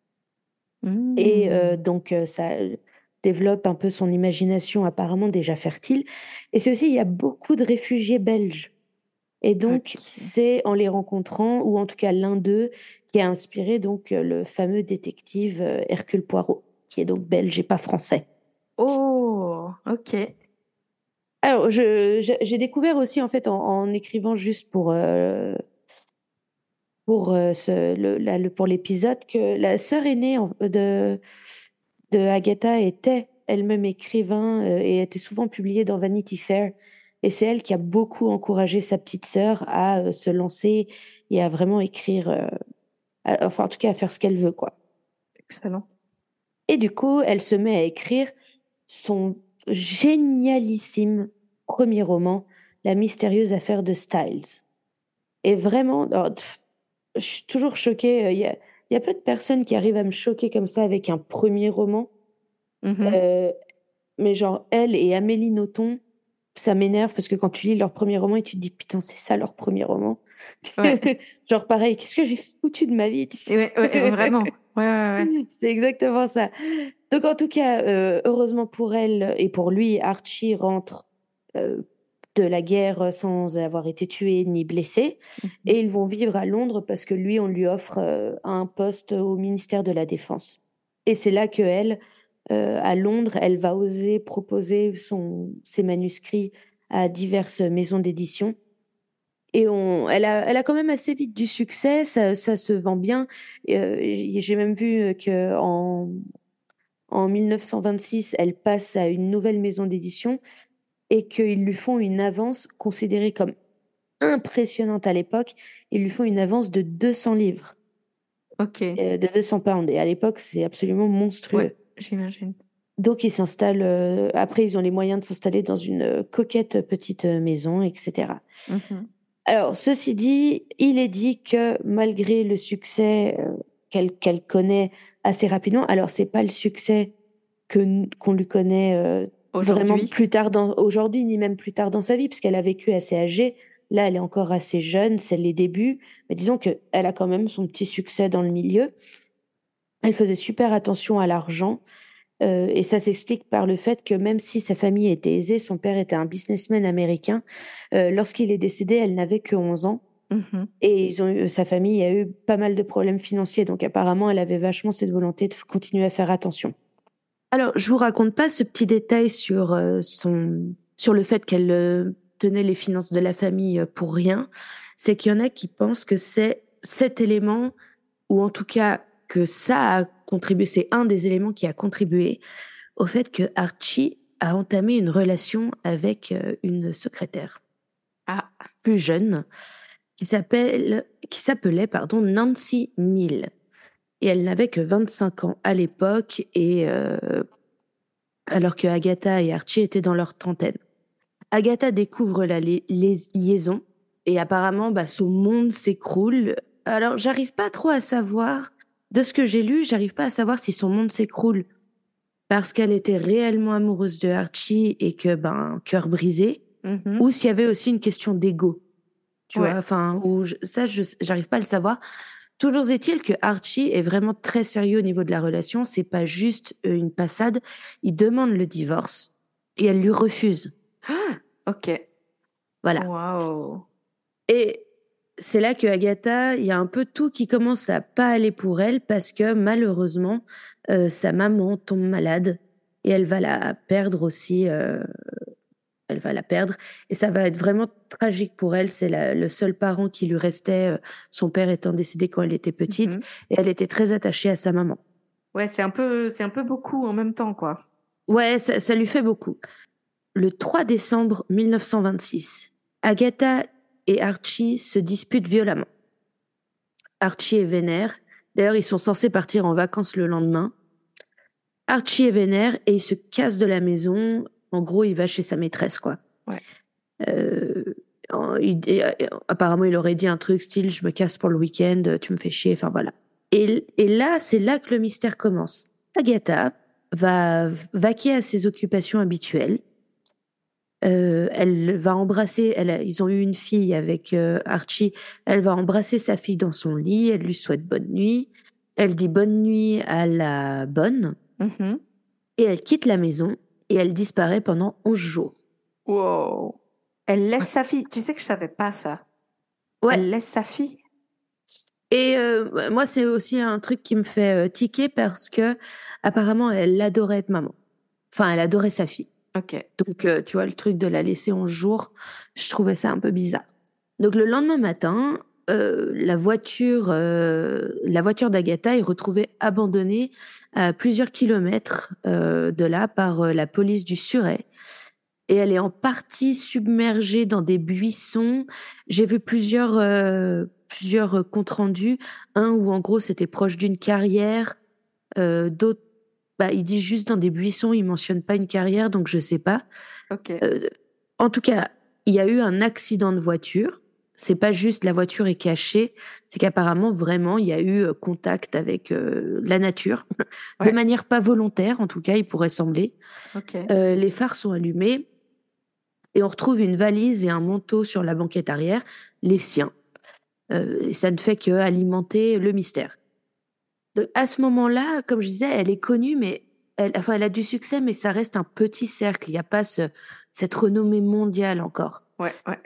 Et euh, Hmm. donc, euh, ça développe un peu son imagination apparemment déjà fertile. Et c'est aussi, il y a beaucoup de réfugiés belges. Et donc, Ok. c'est en les rencontrant, ou en tout cas l'un d'eux, qui a inspiré donc euh, le fameux détective euh, Hercule Poirot, qui est donc belge et pas français. Oh, ok. Alors, je, je- j'ai découvert aussi, en fait, en, en écrivant juste pour, euh, pour, euh, ce, le, la- le- pour l'épisode, que la sœur aînée en- de, de Agatha était elle-même écrivain euh, et était souvent publiée dans Vanity Fair. Et c'est elle qui a beaucoup encouragé sa petite sœur à euh, se lancer et à vraiment écrire, euh, à- enfin en tout cas à faire ce qu'elle veut, quoi. Excellent. Et du coup, elle se met à écrire son génialissime premier roman, La mystérieuse affaire de Styles. Et vraiment, alors, pff, je suis toujours choquée. euh, Il y a, il y a peu de personnes qui arrivent à me choquer comme ça avec un premier roman. Mhm. Euh, mais genre, elle et Amélie Nothomb, ça m'énerve parce que quand tu lis leur premier roman et tu te dis, putain, c'est ça leur premier roman. Ouais. Genre, pareil, qu'est-ce que j'ai foutu de ma vie? Et ouais, ouais, vraiment. Ouais, ouais, ouais. C'est exactement ça. Donc, en tout cas, euh, heureusement pour elle et pour lui, Archie rentre euh, de la guerre sans avoir été tué ni blessé. Mhm. Et ils vont vivre à Londres parce que lui, on lui offre euh, un poste au ministère de la Défense. Et c'est là que elle, euh, à Londres, elle va oser proposer son, ses manuscrits à diverses maisons d'édition. Et on, elle a, elle a quand même assez vite du succès, ça, ça se vend bien. Euh, j'ai même vu que en, en mille neuf cent vingt-six, elle passe à une nouvelle maison d'édition et qu'ils lui font une avance considérée comme impressionnante à l'époque. Ils lui font une avance de deux cents livres, Ok. euh, de deux cents pounds. Et à l'époque, c'est absolument Ouais, monstrueux. j'imagine. Donc, ils s'installent, euh, après, ils ont les moyens de s'installer dans une euh, coquette petite euh, maison, et cetera. Mhm. Alors, ceci dit, il est dit que malgré le succès euh, qu'elle qu'elle connaît assez rapidement, alors c'est pas le succès que qu'on lui connaît euh, vraiment Aujourd'hui. plus tard dans aujourd'hui ni même plus tard dans sa vie, puisqu'elle a vécu assez âgée. Là, elle est encore assez jeune, c'est les débuts, mais disons que elle a quand même son petit succès dans le milieu. Elle faisait super attention à l'argent. Euh, et ça s'explique par le fait que même si sa famille était aisée, son père était un businessman américain. Euh, lorsqu'il est décédé, elle n'avait que onze ans. Mmh. Et ils ont eu, sa famille a eu pas mal de problèmes financiers, donc apparemment, elle avait vachement cette volonté de f continuer à faire attention. Alors, je vous raconte pas ce petit détail sur, heu, son sur le fait qu'elle, heu, tenait les finances de la famille, heu, pour rien. C'est qu'il y en a qui pensent que c'est cet élément, ou en tout cas que ça a contribué, c'est un des éléments qui a contribué au fait que Archie a entamé une relation avec, heu, une secrétaire Ah, plus jeune qui s'appelle qui s'appelait, pardon, Nancy Neal, et elle n'avait que vingt-cinq ans à l'époque, et heu, alors que Agatha et Archie étaient dans leur trentaine. Agatha découvre la li les liaison, et apparemment, bah, son monde s'écroule. Alors, j'arrive pas trop à savoir, de ce que j'ai lu, j'arrive pas à savoir si son monde s'écroule parce qu'elle était réellement amoureuse de Archie et que, ben, cœur brisé, mmh. ou s'il y avait aussi une question d'ego, tu vois? Ouais. Enfin, ou je ça, je j'arrive pas à le savoir. Toujours est-il que Archie est vraiment très sérieux au niveau de la relation, c'est pas juste, heu, une passade. Il demande le divorce et elle lui refuse. OK. Voilà. Waouh! Et c'est là que Agatha, il y a un peu tout qui commence à pas aller pour elle parce que malheureusement, heu, sa maman tombe malade et elle va la perdre aussi, heu, elle va la perdre, et ça va être vraiment tragique pour elle. C'est la le seul parent qui lui restait, heu, son père étant décédé quand elle était petite, Mmh. et elle était très attachée à sa maman. Ouais, c'est un peu c'est un peu beaucoup en même temps, quoi. Ouais, ça ça lui fait beaucoup. Le trois décembre mille neuf cent vingt-six, Agatha et Archie se disputent violemment. Archie est vénère. D'ailleurs, ils sont censés partir en vacances le lendemain. Archie est vénère et il se casse de la maison. En gros, il va chez sa maîtresse, quoi. Ouais. Heu, en il et heu, apparemment, il aurait dit un truc style: «Je me casse pour le week-end, tu me fais chier», enfin voilà. Et l et là, c'est là que le mystère commence. Agatha va vaquer à ses occupations habituelles. Heu, elle va embrasser, elle a ils ont eu une fille avec, heu, Archie. Elle va embrasser sa fille dans son lit, elle lui souhaite bonne nuit. Elle dit bonne nuit à la bonne, Mmh. et elle quitte la maison et elle disparaît pendant onze jours. Wow! Elle laisse Ouais. sa fille. Tu sais que je savais pas ça. Ouais. Elle laisse sa fille? Et heu, moi, c'est aussi un truc qui me fait, heu, tiquer parce qu'apparemment, elle adorait être maman. Enfin, elle adorait sa fille. OK. Donc, heu, tu vois, le truc de la laisser onze jours, je trouvais ça un peu bizarre. Donc le lendemain matin, heu, la voiture, heu, la voiture d'Agatha est retrouvée abandonnée à plusieurs kilomètres, heu, de là par, heu, la police du Surrey, et elle est en partie submergée dans des buissons. J'ai vu plusieurs, heu, plusieurs, heu, comptes rendus. Un où en gros c'était proche d'une carrière, heu, d'autres, bah, il dit juste dans des buissons, il mentionne pas une carrière, donc je sais pas. OK. Heu, En tout cas, il y a eu un accident de voiture. C'est pas juste la voiture est cachée, c'est qu'apparemment vraiment il y a eu, heu, contact avec, heu, la nature, de Ouais. manière pas volontaire en tout cas, il pourrait sembler. OK. Heu, les phares sont allumés et on retrouve une valise et un manteau sur la banquette arrière, les siens. Heu, et ça ne fait qu'alimenter le mystère. Donc à ce moment-là, comme je disais, elle est connue, mais elle enfin elle a du succès, mais ça reste un petit cercle. Il y a pas ce cette renommée mondiale encore. Ouais, ouais.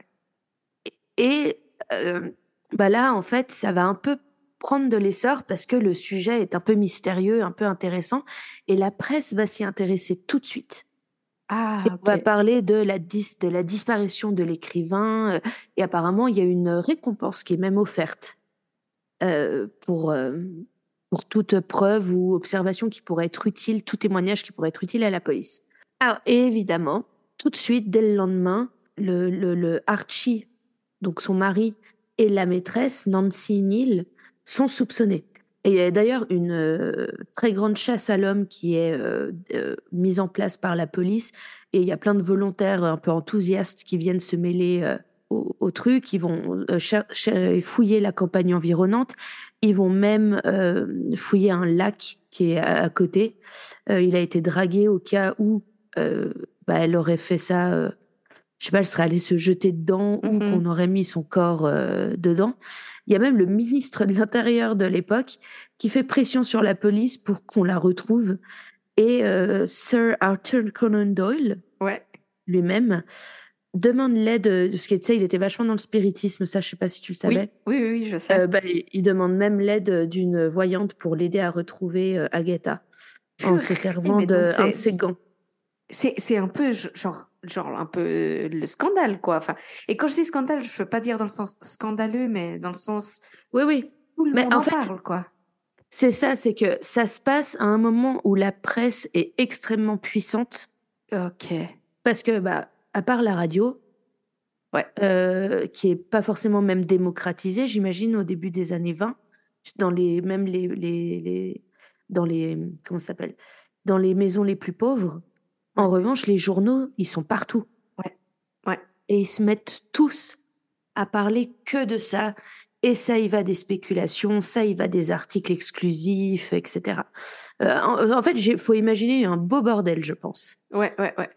Et heu, bah, là, en fait, ça va un peu prendre de l'essor parce que le sujet est un peu mystérieux, un peu intéressant, et la presse va s'y intéresser tout de suite. Et Ah, on va OK. parler de la dis de la disparition de l'écrivain, heu et apparemment, il y a une récompense qui est même offerte, heu, pour, hem, pour toute preuve ou observation qui pourrait être utile, tout témoignage qui pourrait être utile à la police. Alors évidemment, tout de suite, dès le lendemain, le le le Archie, donc son mari, et la maîtresse, Nancy Neal, sont soupçonnés. Et il y a d'ailleurs une, heu, très grande chasse à l'homme qui est, heu, d mise en place par la police, et il y a plein de volontaires un peu enthousiastes qui viennent se mêler, heu, au au truc. Ils vont, heu, cher cher fouiller la campagne environnante. Ils vont même, hem, fouiller un lac qui est à à côté. Heu, il a été dragué au cas où, heu, bah, elle aurait fait ça, heu, je sais pas, elle serait allée se jeter dedans ou Mmh. qu'on aurait mis son corps, heu, dedans. Il y a même le ministre de l'Intérieur de l'époque qui fait pression sur la police pour qu'on la retrouve, et heu, Sir Arthur Conan Doyle Ouais. lui-même, demande l'aide, euh, parce que tu sais, il était vachement dans le spiritisme, ça, je sais pas si tu le Oui, savais. oui, oui, oui, je sais. Euh, bah, il il demande même l'aide d'une voyante pour l'aider à retrouver euh, Agatha en se Purée, servant mais donc de un c'est de ses gants. c'est c'est un peu ge- genre genre un peu le scandale quoi. Enfin, et quand je dis scandale, je veux pas dire dans le sens scandaleux, mais dans le sens Oui, oui. tout le Mais monde en en fait, parle quoi. c'est ça, c'est que ça se passe à un moment où la presse est extrêmement puissante, Ok, parce que, bah, à part la radio, ouais, euh, qui est pas forcément même démocratisée, j'imagine, au début des années vingt, dans les, même les, les, les- dans les, comment ça s'appelle, dans les maisons les plus pauvres. En ouais, revanche, les journaux, ils sont partout. ouais, ouais. Et ils se mettent tous à parler que de ça. Et ça y va des spéculations, ça y va des articles exclusifs, et cetera. Euh, en, en fait, il faut imaginer un beau bordel, je pense. Ouais, ouais, ouais.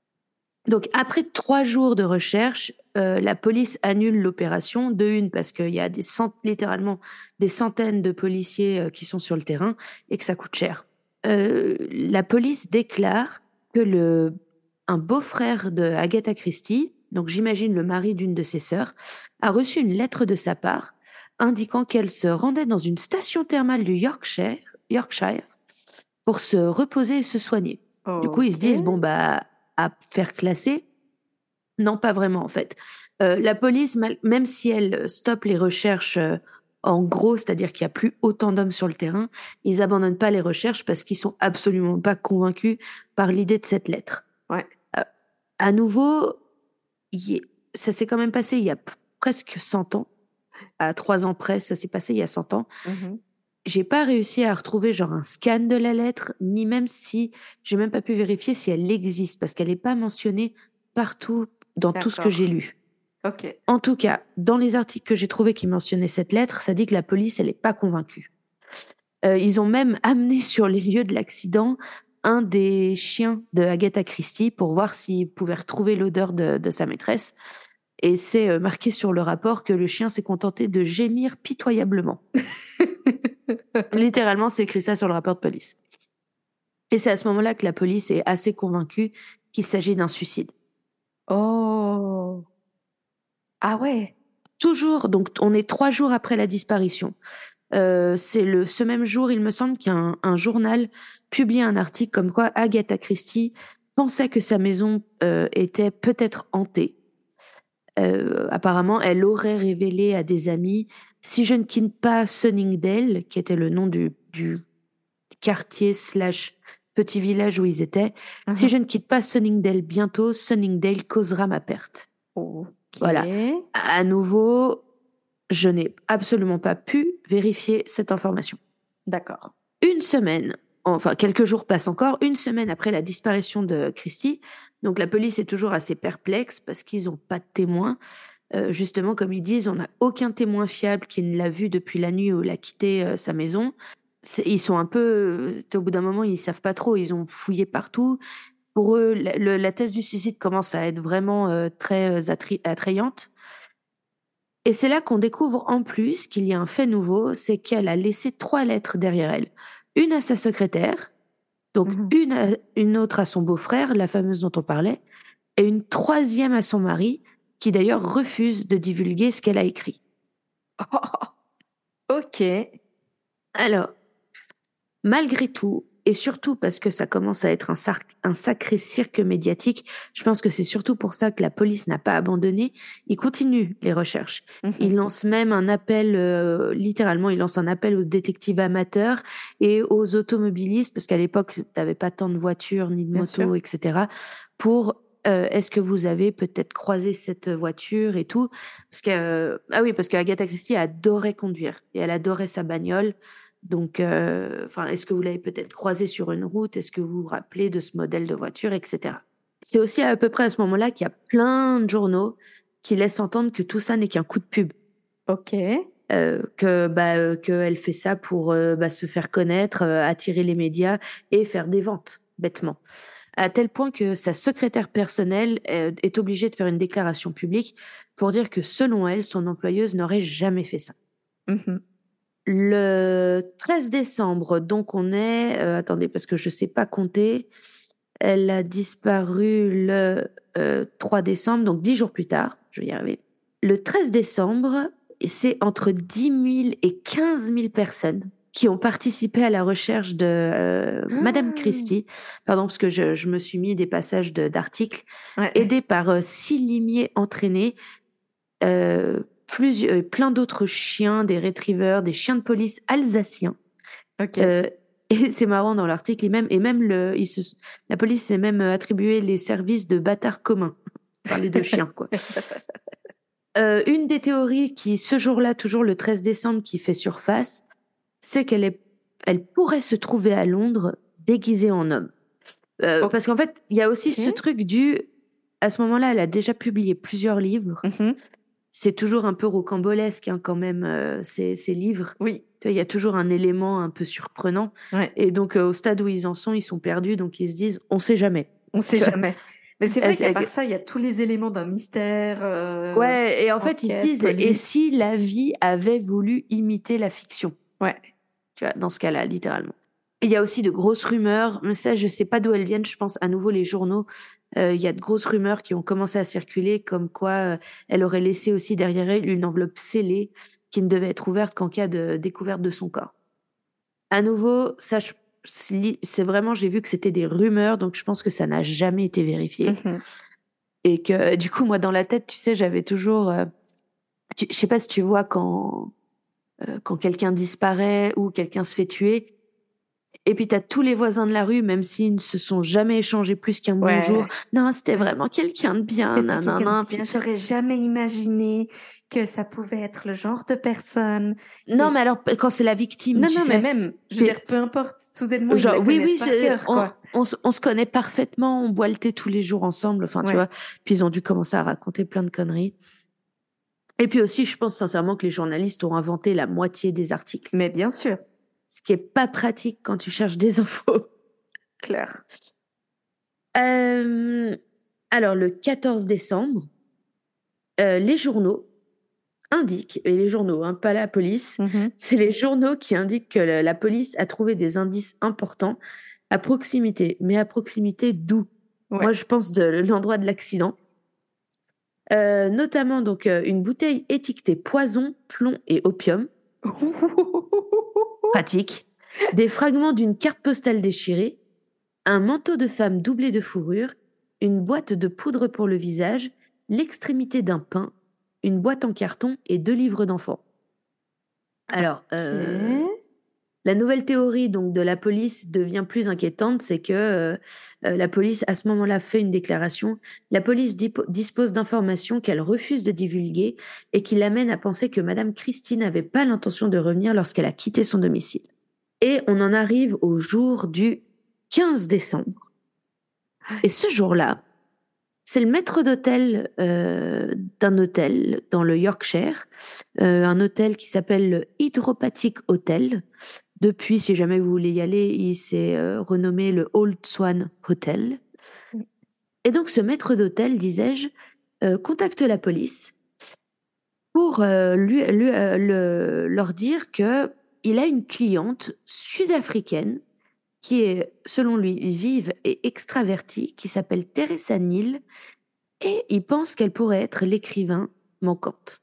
Donc, après trois jours de recherche, euh, la police annule l'opération. De une, parce qu'il y a des cent- littéralement des centaines de policiers euh, qui sont sur le terrain et que ça coûte cher. Euh, la police déclare que le, un beau-frère de Agatha Christie, donc j'imagine le mari d'une de ses sœurs, a reçu une lettre de sa part indiquant qu'elle se rendait dans une station thermale du Yorkshire, Yorkshire pour se reposer et se soigner. Du coup, ils se Ok, disent, bon, bah, à faire classer, non, pas vraiment, en fait. Euh, la police, mal- même si elle stoppe les recherches euh, en gros, c'est-à-dire qu'il n'y a plus autant d'hommes sur le terrain, ils abandonnent pas les recherches parce qu'ils sont absolument pas convaincus par l'idée de cette lettre. ouais. Euh, à nouveau, y est- ça s'est quand même passé il y a p- presque cent ans. À trois ans près, ça s'est passé il y a cent ans. Mhm. J'ai pas réussi à retrouver genre un scan de la lettre, ni même si j'ai même pas pu vérifier si elle existe parce qu'elle n'est pas mentionnée partout dans tout ce que j'ai D'accord. lu. Ok. En tout cas, dans les articles que j'ai trouvés qui mentionnaient cette lettre, ça dit que la police, elle n'est pas convaincue. Euh, ils ont même amené sur les lieux de l'accident un des chiens de Agatha Christie pour voir s'il pouvait retrouver l'odeur de, de sa maîtresse. Et c'est euh, marqué sur le rapport que le chien s'est contenté de gémir pitoyablement. Littéralement, c'est écrit ça sur le rapport de police. Et c'est à ce moment-là que la police est assez convaincue qu'il s'agit d'un suicide. Oh. Ah ouais. Toujours, donc on est trois jours après la disparition. Euh, c'est le, ce même jour, il me semble qu'un un journal publie un article comme quoi Agatha Christie pensait que sa maison euh, était peut-être hantée. Euh, apparemment, elle aurait révélé à des amis, si je ne quitte pas Sunningdale, qui était le nom du, du quartier slash petit village où ils étaient, si Mhm. je ne quitte pas Sunningdale bientôt, Sunningdale causera ma perte. Voilà. Ok. À nouveau, je n'ai absolument pas pu vérifier cette information. D'accord. Une semaine, enfin quelques jours passent encore, une semaine après la disparition de Christy, donc la police est toujours assez perplexe parce qu'ils n'ont pas de témoins. Euh, justement, comme ils disent, on n'a aucun témoin fiable qui ne l'a vu depuis la nuit où il a quitté euh, sa maison. C'est- ils sont un peu, euh, au bout d'un moment, ils savent pas trop, ils ont fouillé partout. Pour eux, la, le- la thèse du suicide commence à être vraiment euh, très euh, attri- attrayante. Et c'est là qu'on découvre en plus qu'il y a un fait nouveau, c'est qu'elle a laissé trois lettres derrière elle. Une à sa secrétaire, donc Mhm. une, à- une autre à son beau-frère, la fameuse dont on parlait, et une troisième à son mari, qui d'ailleurs refuse de divulguer ce qu'elle a écrit. Ok. Alors, malgré tout, et surtout parce que ça commence à être un, sar- un sacré cirque médiatique, je pense que c'est surtout pour ça que la police n'a pas abandonné. Ils continuent les recherches. Mhm. Ils lancent même un appel, euh, littéralement, ils lancent un appel aux détectives amateurs et aux automobilistes, parce qu'à l'époque, tu n'avais pas tant de voitures ni de Bien sûr. motos, et cetera, pour euh, est-ce que vous avez peut-être croisé cette voiture et tout. Parce que, euh, ah oui, parce qu'Agatha Christie adorait conduire et elle adorait sa bagnole. Donc, euh, enfin, est-ce que vous l'avez peut-être croisé sur une route? Est-ce que vous vous rappelez de ce modèle de voiture, et cetera. C'est aussi à peu près à ce moment-là qu'il y a plein de journaux qui laissent entendre que tout ça n'est qu'un coup de pub, Ok. euh, que bah, euh, qu'elle fait ça pour euh, bah, se faire connaître, euh, attirer les médias et faire des ventes, bêtement. À tel point que sa secrétaire personnelle euh, est obligée de faire une déclaration publique pour dire que selon elle, son employeuse n'aurait jamais fait ça. Mhm. Le treize décembre, donc on est, euh, attendez, parce que je ne sais pas compter, elle a disparu le euh, trois décembre, donc dix jours plus tard, je vais y arriver. Le treize décembre, c'est entre dix mille et quinze mille personnes qui ont participé à la recherche de euh, Ah. Madame Christie, pardon, parce que je, je me suis mis des passages de, d'articles, Ouais. aidés par euh, six limiers entraînés, euh, plus, euh, plein d'autres chiens, des retrievers, des chiens de police alsaciens. Ok. Euh, et c'est marrant dans l'article, et même, et même le, il se, la police s'est même attribué les services de bâtards communs. Parler de chiens, quoi. Euh, une des théories qui, ce jour-là, toujours le treize décembre, qui fait surface, c'est qu'elle est, elle pourrait se trouver à Londres déguisée en homme. Euh, Ok. Parce qu'en fait, il y a aussi ce truc du... À ce moment-là, elle a déjà publié plusieurs livres. Mhm. C'est toujours un peu rocambolesque, hein, quand même, euh, ces, ces livres. Oui. Il y a toujours un élément un peu surprenant. Ouais. Et donc, euh, au stade où ils en sont, ils sont perdus. Donc, ils se disent, on sait jamais. On sait Tu vois. jamais. Mais c'est Euh, vrai qu'à c'est- part ça, il y a tous les éléments d'un mystère. euh, Ouais, et en fait, ils se enquête, disent, et police. si la vie avait voulu imiter la fiction? Ouais. Tu vois, dans ce cas-là, littéralement. Et il y a aussi de grosses rumeurs, mais ça, je sais pas d'où elles viennent, je pense à nouveau les journaux. Euh, Il y a de grosses rumeurs qui ont commencé à circuler, comme quoi euh, elle aurait laissé aussi derrière elle une enveloppe scellée qui ne devait être ouverte qu'en cas de découverte de son corps. À nouveau, ça, je- c'est vraiment, j'ai vu que c'était des rumeurs, donc je pense que ça n'a jamais été vérifié. Mhm. Et que du coup, moi, dans la tête, tu sais, j'avais toujours... euh, tu- je sais pas si tu vois quand, euh, quand quelqu'un disparaît ou quelqu'un se fait tuer, et puis t'as tous les voisins de la rue, même s'ils ne se sont jamais échangés plus qu'un bonjour. Ouais. Non, c'était Ouais. vraiment quelqu'un de bien, C'était quelqu'un de nanana. bien. Puis- J'aurais jamais imaginé que ça pouvait être le genre de personne Non, qui... mais alors, quand c'est la victime, Non, tu non, mais sais. même, je veux Puis, dire, peu importe, soudainement, ils la genre, oui, connaissent oui, par je- cœur, on, quoi. on, se- on se connaît parfaitement, on boit le thé tous les jours ensemble, enfin, tu Ouais. vois. Puis ils ont dû commencer à raconter plein de conneries. Et puis aussi, je pense sincèrement que les journalistes ont inventé la moitié des articles. Mais bien sûr, Ce qui est pas pratique quand tu cherches des infos. clair. Euh, alors, le quatorze décembre, euh, les journaux indiquent, et les journaux, hein, pas la police, Mhm. c'est les journaux qui indiquent que la, la police a trouvé des indices importants à proximité. Mais à proximité d'où? Ouais. Moi, je pense de l'endroit de l'accident. Euh, notamment donc euh, une bouteille étiquetée poison, plomb et opium, pratique, des fragments d'une carte postale déchirée, un manteau de femme doublé de fourrure, une boîte de poudre pour le visage, l'extrémité d'un pain, une boîte en carton et deux livres d'enfants. Alors, euh, Ok. la nouvelle théorie donc de la police devient plus inquiétante, c'est que euh, euh, la police à ce moment-là fait une déclaration. La police dipo- dispose d'informations qu'elle refuse de divulguer et qui l'amène à penser que Madame Christie n'avait pas l'intention de revenir lorsqu'elle a quitté son domicile. Et on en arrive au jour du quinze décembre. Et ce jour-là, c'est le maître d'hôtel euh, d'un hôtel dans le Yorkshire, euh, un hôtel qui s'appelle le Hydropathic Hotel. Depuis, si jamais vous voulez y aller, il s'est euh, renommé le Old Swan Hotel. Et donc, ce maître d'hôtel, disais-je, euh, contacte la police pour euh, lui, lui, euh, le- leur dire que il a une cliente sud-africaine qui est, selon lui, vive et extravertie, qui s'appelle Teresa Neal, et il pense qu'elle pourrait être l'écrivain manquante.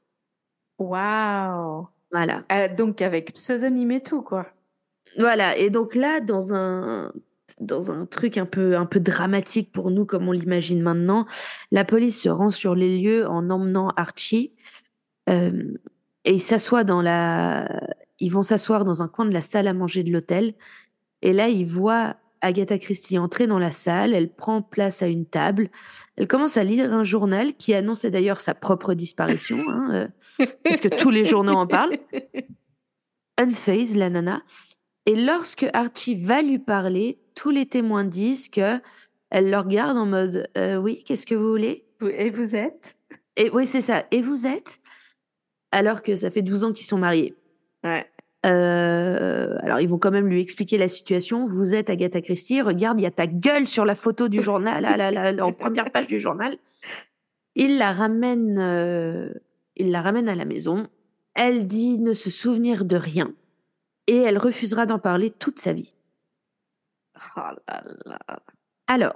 Waouh. Voilà. Euh, donc avec pseudonyme et tout, quoi. Voilà. Et donc là, dans un, dans un truc un peu, un peu dramatique pour nous, comme on l'imagine maintenant, la police se rend sur les lieux en emmenant Archie, euh, et ils s'assoient dans la, ils vont s'asseoir dans un coin de la salle à manger de l'hôtel. Et là, ils voient Agatha Christie entrer dans la salle. Elle prend place à une table. Elle commence à lire un journal qui annonçait d'ailleurs sa propre disparition, hein, euh, parce que tous les journaux en parlent. Unfazed, la nana. Et lorsque Archie va lui parler, tous les témoins disent que elle le regarde en mode euh, oui, qu'est-ce que vous voulez? Et vous êtes? Et oui, c'est ça. Et vous êtes? Alors que ça fait douze ans qu'ils sont mariés. Ouais. Euh, alors, ils vont quand même lui expliquer la situation. Vous êtes Agatha Christie, regarde, il y a ta gueule sur la photo du journal, là, là, là, en première page du journal. Il la ramène, euh, il la ramène à la maison. Elle dit ne se souvenir de rien et elle refusera d'en parler toute sa vie. Oh là là. Alors,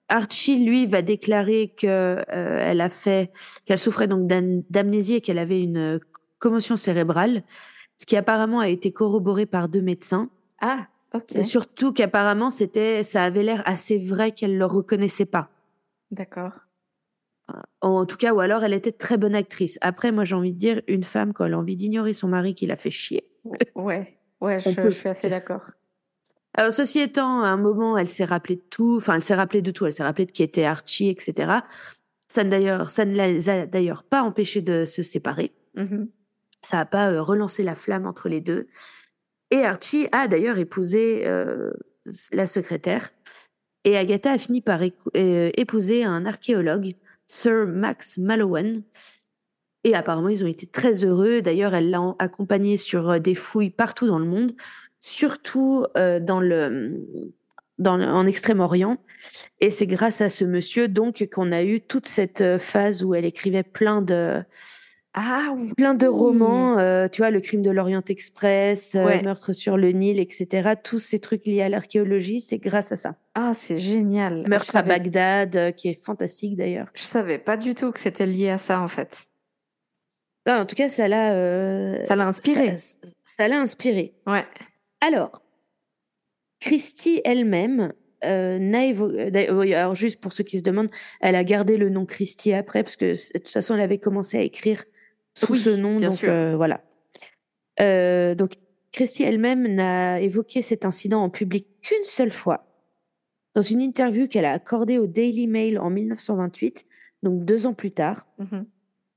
Archie, lui, va déclarer que euh, elle a fait, qu'elle souffrait donc d'am- d'amnésie et qu'elle avait une euh, commotion cérébrale, ce qui apparemment a été corroboré par deux médecins. Ah, ok. Et surtout qu'apparemment, c'était, ça avait l'air assez vrai qu'elle le reconnaissait pas. D'accord. En tout cas, ou alors elle était de très bonne actrice. Après, moi, j'ai envie de dire, une femme, quand elle a envie d'ignorer son mari qui la fait chier, O- Ouais, ouais, on je, je peut. suis assez d'accord. Alors, ceci étant, à un moment, elle s'est rappelée de tout, enfin, elle s'est rappelée de tout, elle s'est rappelée de qui était Archie, et cetera. Ça ne, d'ailleurs, ça ne les a d'ailleurs pas empêchés de se séparer. Mhm. Ça n'a pas euh, relancé la flamme entre les deux. Et Archie a d'ailleurs épousé euh, la secrétaire. Et Agatha a fini par écou- euh, épouser un archéologue, Sir Max Mallowan. Et apparemment, ils ont été très heureux. D'ailleurs, elle l'a accompagné sur euh, des fouilles partout dans le monde, surtout euh, dans le, dans le- en Extrême-Orient. Et c'est grâce à ce monsieur donc qu'on a eu toute cette euh, phase où elle écrivait plein de Ah plein de oui. romans, euh, tu vois, le crime de l'Orient Express, euh, Ouais. meurtre sur le Nil, et cetera. Tous ces trucs liés à l'archéologie, c'est grâce à ça. Ah, c'est génial. Je Meurtre à savais, Bagdad, euh, qui est fantastique d'ailleurs. je savais pas du tout que c'était lié à ça, en fait. Ah, en tout cas, ça l'a, euh, Ça l'a ça, inspiré. ça l'a inspiré. Ouais. Alors, Christie elle-même euh, n'a évo- d'ailleurs, oui, alors juste pour ceux qui se demandent, elle a gardé le nom Christie après parce que de toute façon, elle avait commencé à écrire sous ce Oui, nom, bien donc sûr. euh, voilà. Euh, donc, Christie elle-même n'a évoqué cet incident en public qu'une seule fois, dans une interview qu'elle a accordée au Daily Mail en mille neuf cent vingt-huit, donc deux ans plus tard. Mhm.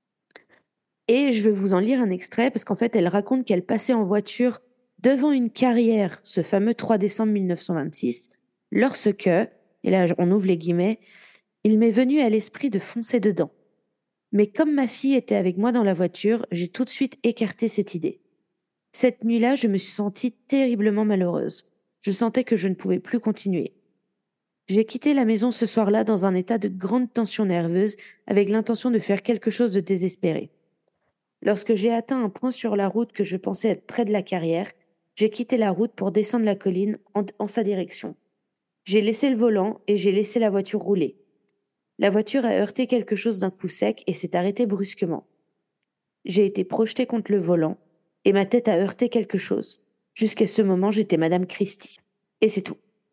Et je vais vous en lire un extrait parce qu'en fait, elle raconte qu'elle passait en voiture devant une carrière ce fameux trois décembre mille neuf cent vingt-six, lorsque, et là on ouvre les guillemets, il m'est venu à l'esprit de foncer dedans. Mais comme ma fille était avec moi dans la voiture, j'ai tout de suite écarté cette idée. Cette nuit-là, je me suis sentie terriblement malheureuse. Je sentais que je ne pouvais plus continuer. J'ai quitté la maison ce soir-là dans un état de grande tension nerveuse, avec l'intention de faire quelque chose de désespéré. Lorsque j'ai atteint un point sur la route que je pensais être près de la carrière, j'ai quitté la route pour descendre la colline en, en sa direction. J'ai laissé le volant et j'ai laissé la voiture rouler. La voiture a heurté quelque chose d'un coup sec et s'est arrêtée brusquement. J'ai été projetée contre le volant et ma tête a heurté quelque chose. Jusqu'à ce moment, j'étais Madame Christie. Et c'est tout.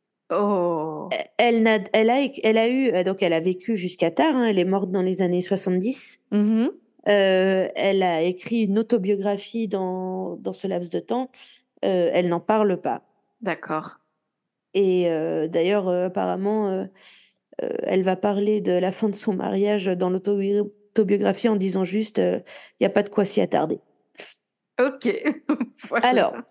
Oh. Elle, n'a, elle, a, elle a eu, donc elle a vécu jusqu'à tard, hein, elle est morte dans les années soixante-dix. Mhm. Euh, elle a écrit une autobiographie dans, dans ce laps de temps. Euh, elle n'en parle pas. D'accord. Et euh, d'ailleurs, euh, apparemment, euh, euh, elle va parler de la fin de son mariage dans l'autobiographie en disant juste, il n'y a pas de quoi s'y attarder. Ok. Voilà. Alors,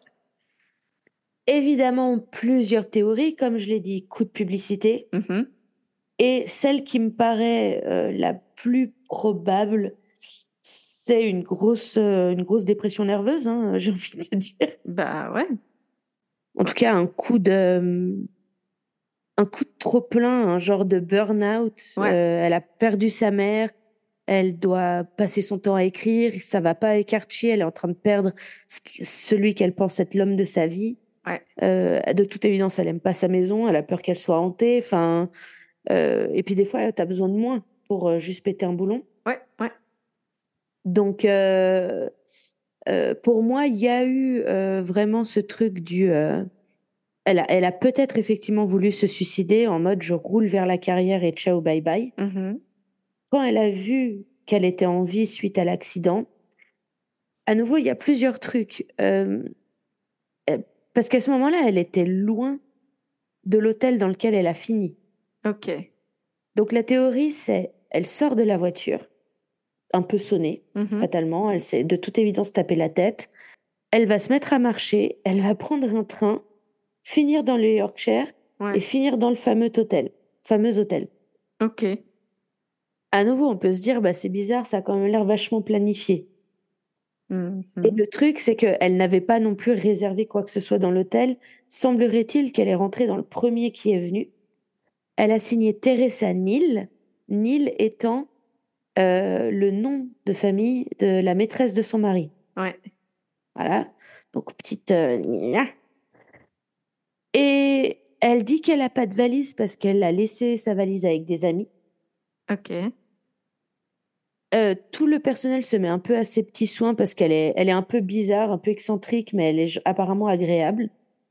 évidemment, plusieurs théories, comme je l'ai dit, coup de publicité. Mhm. Et celle qui me paraît euh, la plus probable, c'est une grosse, euh, une grosse dépression nerveuse, hein, j'ai envie de te dire. Bah ouais. En tout cas, un coup de, un coup de trop plein, un genre de burn-out. Ouais. Euh, elle a perdu sa mère, elle doit passer son temps à écrire, ça va pas avec Archie, elle est en train de perdre ce- celui qu'elle pense être l'homme de sa vie. Ouais. Euh, de toute évidence, elle aime pas sa maison, elle a peur qu'elle soit hantée. Enfin, euh, et puis des fois, tu as besoin de moins pour euh, juste péter un boulon. Ouais. Ouais. Donc, euh, euh, pour moi, il y a eu euh, vraiment ce truc du. euh, elle a, elle a peut-être effectivement voulu se suicider en mode je roule vers la carrière et ciao, bye bye. Mhm. Quand elle a vu qu'elle était en vie suite à l'accident, à nouveau, il y a plusieurs trucs. Euh, euh, parce qu'à ce moment-là, elle était loin de l'hôtel dans lequel elle a fini. Ok. Donc la théorie, c'est elle sort de la voiture, un peu sonnée, Mhm. fatalement, elle s'est de toute évidence tapé la tête. Elle va se mettre à marcher, elle va prendre un train, finir dans le Yorkshire et Ouais. finir dans le fameux hôtel. Fameux hôtel. Ok. À nouveau, on peut se dire, bah, c'est bizarre, ça a quand même l'air vachement planifié. Et Mhm. le truc, c'est qu'elle n'avait pas non plus réservé quoi que ce soit dans l'hôtel. Semblerait-il qu'elle est rentrée dans le premier qui est venu. Elle a signé Teresa Neal, Neal étant euh, le nom de famille de la maîtresse de son mari. Ouais. Voilà. Donc, petite. euh, gna. Et Elle dit qu'elle a pas de valise parce qu'elle a laissé sa valise avec des amis. Ok. Euh, tout le personnel se met un peu à ses petits soins parce qu'elle est, elle est un peu bizarre, un peu excentrique, mais elle est j- apparemment agréable.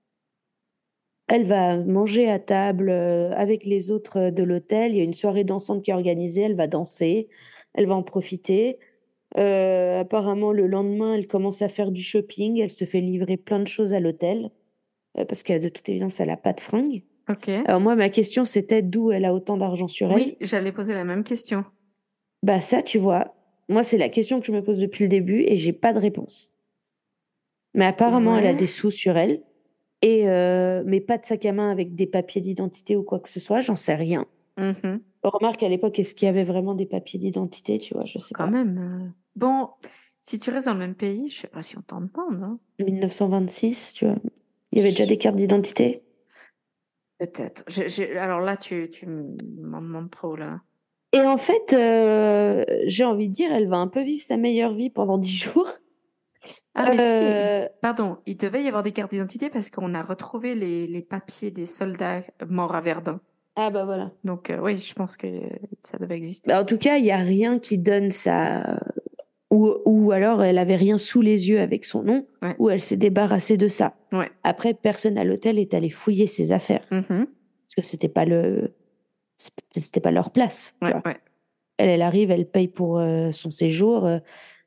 Elle va manger à table euh, avec les autres euh, de l'hôtel. Il y a une soirée dansante qui est organisée. Elle va danser. Elle va en profiter. Euh, apparemment, le lendemain, elle commence à faire du shopping. Elle se fait livrer plein de choses à l'hôtel euh, parce que de toute évidence, elle n'a pas de fringues. Ok. Alors moi, ma question, c'était d'où elle a autant d'argent sur elle. Oui, j'allais poser la même question. Bah ça, tu vois, moi, c'est la question que je me pose depuis le début et j'ai pas de réponse. Mais apparemment, elle a Ouais. des sous sur elle. Et euh, mais pas de sac à main avec des papiers d'identité ou quoi que ce soit, j'en sais rien. Mhm. Remarque à l'époque, est-ce qu'il y avait vraiment des papiers d'identité, tu vois, je sais Quand pas. même. euh. Bon, si tu restes dans le même pays, je sais pas si on t'en demande, hein. mille neuf cent vingt-six, tu vois. Il y avait déjà Je- des cartes d'identité. Peut-être. Je- je- Alors là, tu, tu m'en demandes trop, là. Et en fait, euh, j'ai envie de dire, elle va un peu vivre sa meilleure vie pendant dix jours. Ah, mais si, il- Euh, pardon, il devait y avoir des cartes d'identité parce qu'on a retrouvé les, les papiers des soldats morts à Verdun. Ah bah voilà. Donc, euh, oui, je pense que ça devait exister. Bah, en tout cas, il y a rien qui donne ça. Ou, ou alors elle avait rien sous les yeux avec son nom, Ouais, ou elle s'est débarrassée de ça. ouais. Après, personne à l'hôtel est allé fouiller ses affaires Mhm. parce que c'était pas le, c'était pas leur place, tu Ouais, vois. ouais. Elle, elle arrive, elle paye pour euh, son séjour euh,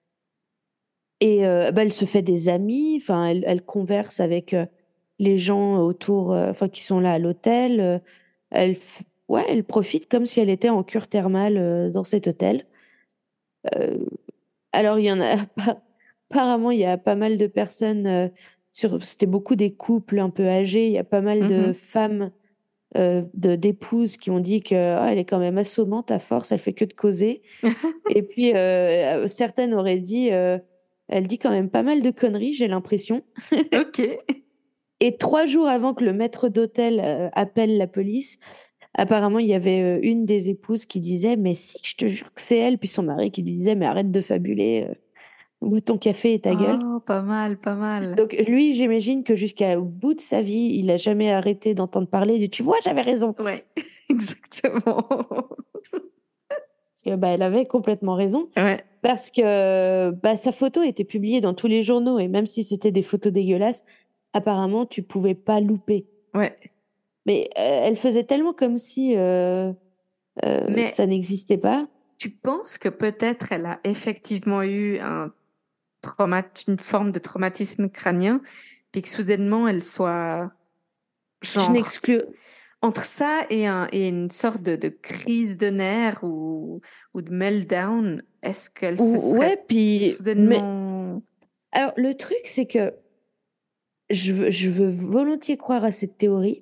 et euh, bah, elle se fait des amis. Enfin, elle, elle converse avec euh, les gens autour, euh, enfin qui sont là à l'hôtel. euh, elle, f- ouais, elle profite comme si elle était en cure thermale euh, dans cet hôtel. Euh, alors, il y en a pas- apparemment, il y a pas mal de personnes euh, sur, c'était beaucoup des couples un peu âgés. Il y a pas mal de Mhm. femmes, euh, de d'épouses qui ont dit que ah, elle est quand même assommante à force, elle fait que de causer. Et puis euh, euh, certaines auraient dit, euh, elle dit quand même pas mal de conneries, j'ai l'impression. Ok. Et trois jours avant que le maître d'hôtel euh, appelle la police, apparemment, il y avait euh, une des épouses qui disait, mais si, je te jure que c'est elle. Puis son mari qui lui disait, mais arrête de fabuler, euh, bois ton café et ta gueule. Oh, pas mal, pas mal. Donc lui, j'imagine que jusqu'au bout de sa vie, il a jamais arrêté d'entendre parler de, tu vois, j'avais raison. Ouais, exactement. Parce que bah, elle avait complètement raison. Ouais, Parce que bah, sa photo était publiée dans tous les journaux et même si c'était des photos dégueulasses, apparemment tu pouvais pas louper. ouais. Mais euh, elle faisait tellement comme si euh, euh, Mais ça n'existait pas. tu penses que peut-être elle a effectivement eu un trauma, une forme de traumatisme crânien, puis que soudainement elle soit Je genre n'exclus. entre ça et, un, et une sorte de, de crise de nerfs ou, ou de meltdown, est-ce qu'elle se Ou- Ouais, serait puis mais soudainement... alors le truc c'est que je veux, je veux volontiers croire à cette théorie.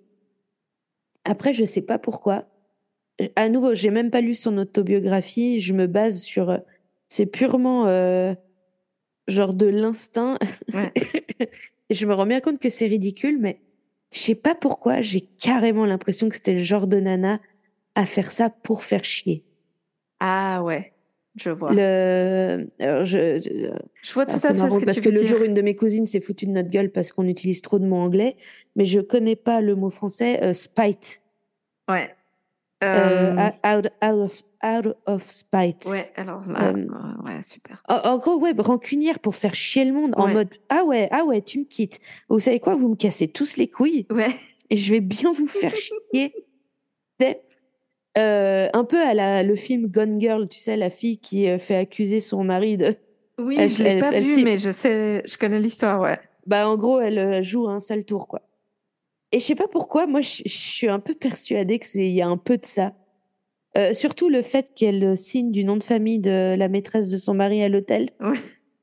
Après, je sais pas pourquoi. À nouveau, j'ai même pas lu son autobiographie. Je me base sur. euh, C'est purement euh, genre de l'instinct. Ouais. Et je me rends bien compte que c'est ridicule, mais je sais pas pourquoi. J'ai carrément l'impression que c'était le genre de nana à faire ça pour faire chier. Ah ouais, je vois. Le, alors je, je- Je vois tout alors c'est à fait ce marrant que tu parce que veux l'autre dire. jour, une de mes cousines s'est foutue de notre gueule parce qu'on utilise trop de mots anglais, mais je connais pas le mot français, euh, spite. Ouais. Euh, Euh, out, out of, out of spite. ouais, alors là, Euh, euh, ouais, super. en, en gros, ouais, rancunière pour faire chier le monde en Ouais, mode ah ouais, ah ouais, tu me quittes. Vous savez quoi, vous me cassez tous les couilles ouais. et je vais bien vous faire chier. C'est, euh, un peu à la, le film Gone Girl, tu sais, la fille qui euh, fait accuser son mari de. Oui, Elle, je l'ai elle, pas elle, vu, s'est- mais je sais, je connais l'histoire, ouais. bah, en gros, elle euh, joue un sale tour, quoi. Et je sais pas pourquoi, moi, je, je suis un peu persuadée que c'est, il y a un peu de ça. Euh, surtout le fait qu'elle signe du nom de famille de la maîtresse de son mari à l'hôtel. Ouais,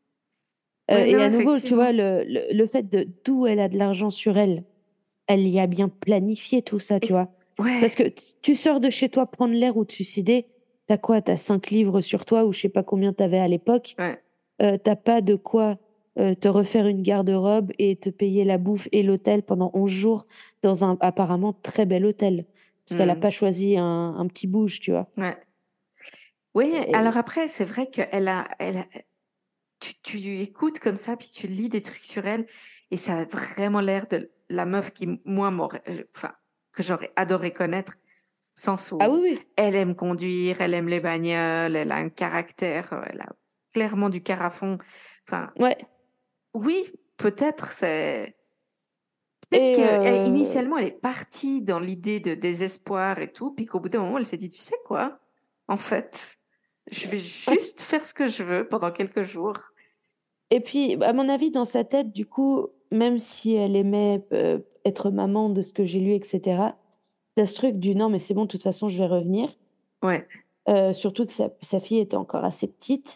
Euh, ouais, et non, à nouveau, tu vois, effectivement. le, le, le fait de d'où elle a de l'argent sur elle, elle y a bien planifié tout ça, tu Et- vois. ouais, Parce que t- tu sors de chez toi prendre l'air ou te suicider, t'as quoi? T'as cinq livres sur toi ou je sais pas combien t'avais à l'époque. ouais. Euh, t'as pas de quoi euh, te refaire une garde-robe et te payer la bouffe et l'hôtel pendant onze jours dans un apparemment très bel hôtel. Parce qu'elle a Hmm, pas choisi un, un petit bouge, tu vois. ouais. Oui, alors Et- après, c'est vrai qu'elle a, elle a, tu, tu écoutes comme ça, puis tu lis des trucs sur elle, et ça a vraiment l'air de la meuf qui, moi, m'aurait, enfin, que j'aurais adoré connaître, sens Ah où oui, oui. elle aime conduire, elle aime les bagnoles, elle a un caractère, euh, elle a clairement du carafon. Enfin, Ouais. oui, peut-être c'est peut-être Et que elle- euh, initialement elle est partie dans l'idée de désespoir et tout, puis qu'au bout d'un moment elle s'est dit, tu sais quoi, en fait, je vais juste faire ce que je veux pendant quelques jours. et puis, à mon avis, dans sa tête, du coup, même si elle aimait euh, être maman de ce que j'ai lu, et cetera, t'as ce truc du non, mais c'est bon, de toute façon, je vais revenir. Ouais. Euh, surtout que sa, sa fille était encore assez petite.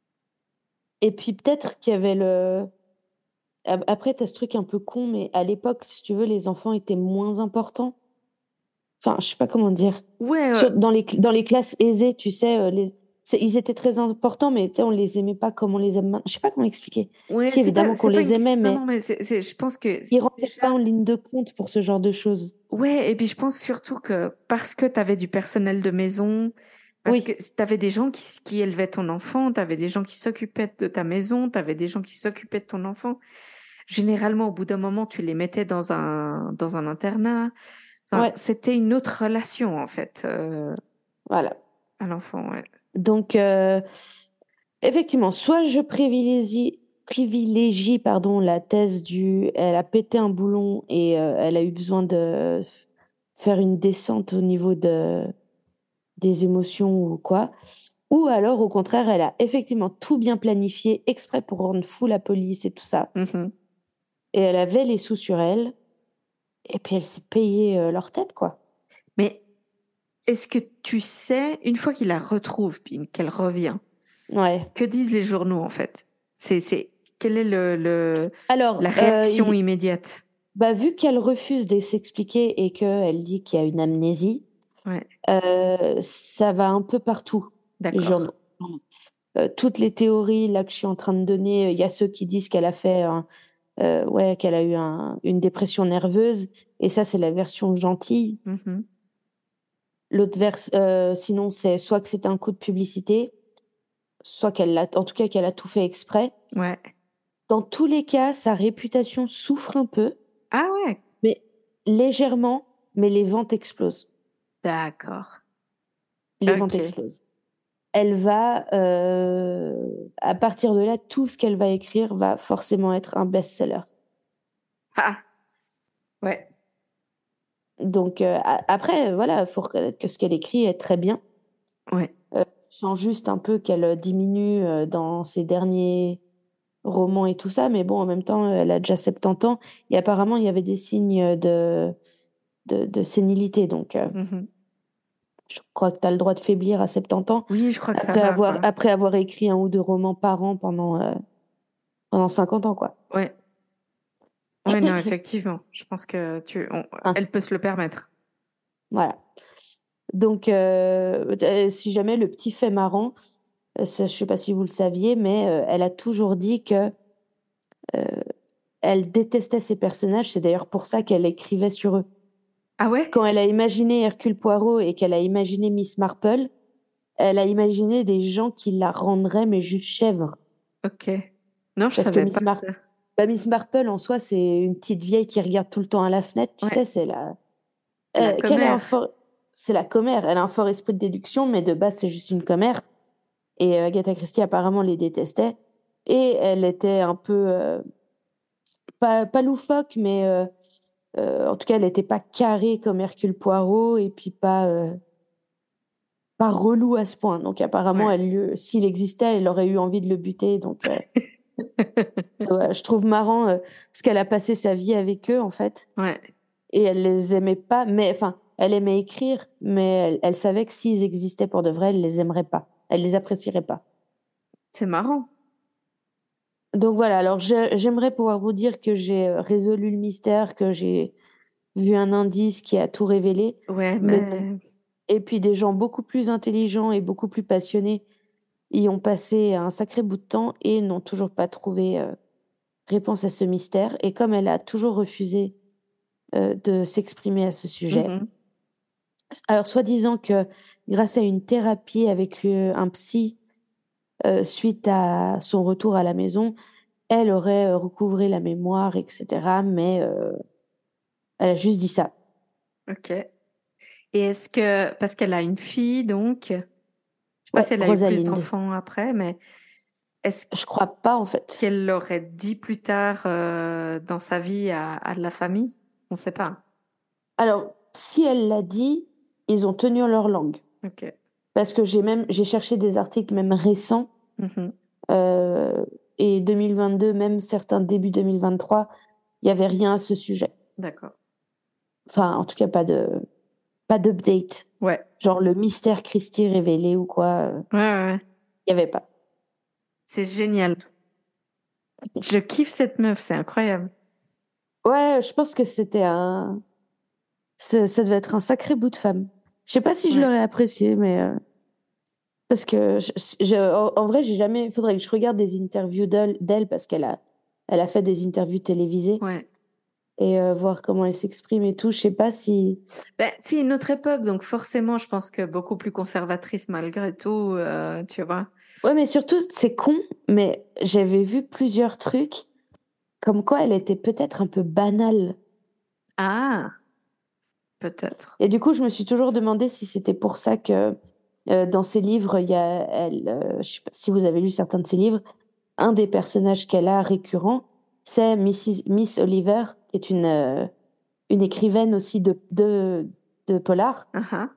Et puis peut-être qu'il y avait le. Ap- Après, t'as ce truc un peu con, mais à l'époque, si tu veux, les enfants étaient moins importants. Enfin, je sais pas comment dire. Ouais, euh, Sur, dans les, dans les classes aisées, tu sais, euh, les, c'est- ils étaient très importants, mais tu sais, on les aimait pas comme on les aime maintenant. Je sais pas comment expliquer. ouais, Si, c'est pas, évidemment qu'on c'est pas une les aimait, question. Non, mais non, mais c'est, c'est- je pense que ils rentraient déjà. pas en ligne de compte pour ce genre de choses. Ouais, et puis je pense surtout que parce que tu avais du personnel de maison, parce que Oui, tu avais des gens qui, qui élevaient ton enfant, tu avais des gens qui s'occupaient de ta maison, tu avais des gens qui s'occupaient de ton enfant. Généralement, au bout d'un moment, tu les mettais dans un, dans un internat. Enfin, ouais, c'était une autre relation, en fait, euh, voilà. à l'enfant. Ouais. Donc, euh, effectivement, soit je privilégie, privilégie pardon, la thèse du elle a pété un boulon et euh, elle a eu besoin de faire une descente au niveau de, des émotions ou quoi. Ou alors, au contraire, elle a effectivement tout bien planifié, exprès pour rendre fou la police et tout ça. Mhm. Et elle avait les sous sur elle. Et puis, elle s'est payé euh, leur tête, quoi. Mais est-ce que tu sais, une fois qu'il la retrouve, puis qu'elle revient, Ouais. que disent les journaux, en fait? C'est, c'est, quelle est le, le, la Alors, euh, réaction il- immédiate? bah, vu qu'elle refuse de s'expliquer et qu'elle dit qu'il y a une amnésie, Ouais, euh, ça va un peu partout, les d'accord. journaux. Euh, toutes les théories là que je suis en train de donner, il y a ceux qui disent qu'elle a fait, un- euh, ouais, qu'elle a eu un- une dépression nerveuse, et ça c'est la version gentille. Mhm. L'autre vers, euh, sinon c'est soit que c'était un coup de publicité, soit qu'elle l'a, en tout cas qu'elle a tout fait exprès. Ouais. Dans tous les cas, sa réputation souffre un peu, Ah ouais, mais légèrement, mais les ventes explosent. d'accord. Les ventes Ok. explosent. Elle va, euh, à partir de là, tout ce qu'elle va écrire va forcément être un best-seller. Ah, ouais. Donc euh, a- après, voilà, il faut reconnaître que ce qu'elle écrit est très bien. Ouais. Euh, sans juste un peu qu'elle diminue euh, dans ses derniers romans et tout ça, mais bon, en même temps, euh, elle a déjà soixante-dix ans et apparemment, il y avait des signes de, de, de sénilité. Donc, euh, Mhm. je crois que tu as le droit de faiblir à soixante-dix ans Oui, je crois que ça après va, avoir, quoi. après avoir écrit un ou deux romans par an pendant, euh, pendant cinquante ans, quoi. Ouais. Ouais, non, effectivement. Je pense que tu, on- Hein, elle peut se le permettre. voilà. Donc, euh, euh, si jamais le petit fait marrant, euh, ça, je sais pas si vous le saviez, mais euh, elle a toujours dit que euh, elle détestait ses personnages. C'est d'ailleurs pour ça qu'elle écrivait sur eux. Ah ouais? Quand elle a imaginé Hercule Poirot et qu'elle a imaginé Miss Marple, elle a imaginé des gens qui la rendraient mais juste chèvre. Ok. Non, je Parce que savais pas Miss Mar- ça. bah, Miss Marple en soi, c'est une petite vieille qui regarde tout le temps à la fenêtre. Tu Ouais. sais, c'est la, C'est la euh, qu'elle a un commère. fort, c'est la commère. Elle a un fort esprit de déduction, mais de base, c'est juste une commère. Et euh, Agatha Christie apparemment les détestait. Et elle était un peu euh, pas, pas loufoque, mais euh, euh, en tout cas, elle n'était pas carrée comme Hercule Poirot et puis pas, euh, pas relou à ce point. Donc apparemment, Ouais. elle, lui- s'il existait, elle aurait eu envie de le buter. Donc euh, ouais, je trouve marrant euh, parce qu'elle a passé sa vie avec eux en fait Ouais. et elle les aimait pas. Mais enfin, elle aimait écrire, mais elle, elle savait que s'ils existaient pour de vrai, elle les aimerait pas. Elle les apprécierait pas. C'est marrant. Donc voilà, alors je- j'aimerais pouvoir vous dire que j'ai euh, résolu le mystère, que j'ai vu un indice qui a tout révélé, Ouais, mais non. mais Et puis des gens beaucoup plus intelligents et beaucoup plus passionnés y ont passé un sacré bout de temps et n'ont toujours pas trouvé euh, réponse à ce mystère. Et comme elle a toujours refusé euh, de s'exprimer à ce sujet, mhm. alors soi-disant que grâce à une thérapie avec euh, un psy euh, suite à son retour à la maison, elle aurait euh, recouvré la mémoire, et cetera. Mais euh, elle a juste dit ça. Ok. Et est-ce que, parce qu'elle a une fille, donc, je sais pas Ouais, si elle a eu plus Rosalind. d'enfants après, mais est-ce Je crois pas, en fait. qu'elle l'aurait dit plus tard euh, dans sa vie à, à de la famille? On sait pas. Alors, si elle l'a dit, ils ont tenu leur langue. Ok. Parce que j'ai même, j'ai cherché des articles même récents, Mhm. euh, et deux mille vingt-deux, même certains début deux mille vingt-trois, il n'y avait rien à ce sujet. D'accord. Enfin, en tout cas, pas de, pas d'update. Ouais. Genre le mystère Christie révélé ou quoi, euh, Ouais, ouais, ouais. il n'y avait pas. C'est génial. Je kiffe cette meuf, c'est incroyable. Ouais, je pense que c'était un, ça, ça devait être un sacré bout de femme. Je sais pas si je Ouais. l'aurais apprécié, mais euh, parce que je, je- en, en vrai, j'ai jamais. Il faudrait que je regarde des interviews d'elle, d'elle parce qu'elle a, elle a fait des interviews télévisées Ouais. et euh, voir comment elle s'exprime et tout. Je sais pas si. Ben, c'est une autre époque, donc forcément, je pense que beaucoup plus conservatrice malgré tout, euh, tu vois. Ouais, mais surtout, c'est con, mais j'avais vu plusieurs trucs comme quoi elle était peut-être un peu banale. Ah, peut-être. Et du coup, je me suis toujours demandé si c'était pour ça que euh, dans ses livres, il y a, elle, euh, je sais pas si vous avez lu certains de ses livres, un des personnages qu'elle a récurrent, c'est Missus Miss Oliver, qui est une, euh, une écrivaine aussi de, de, de polar Ah, ah.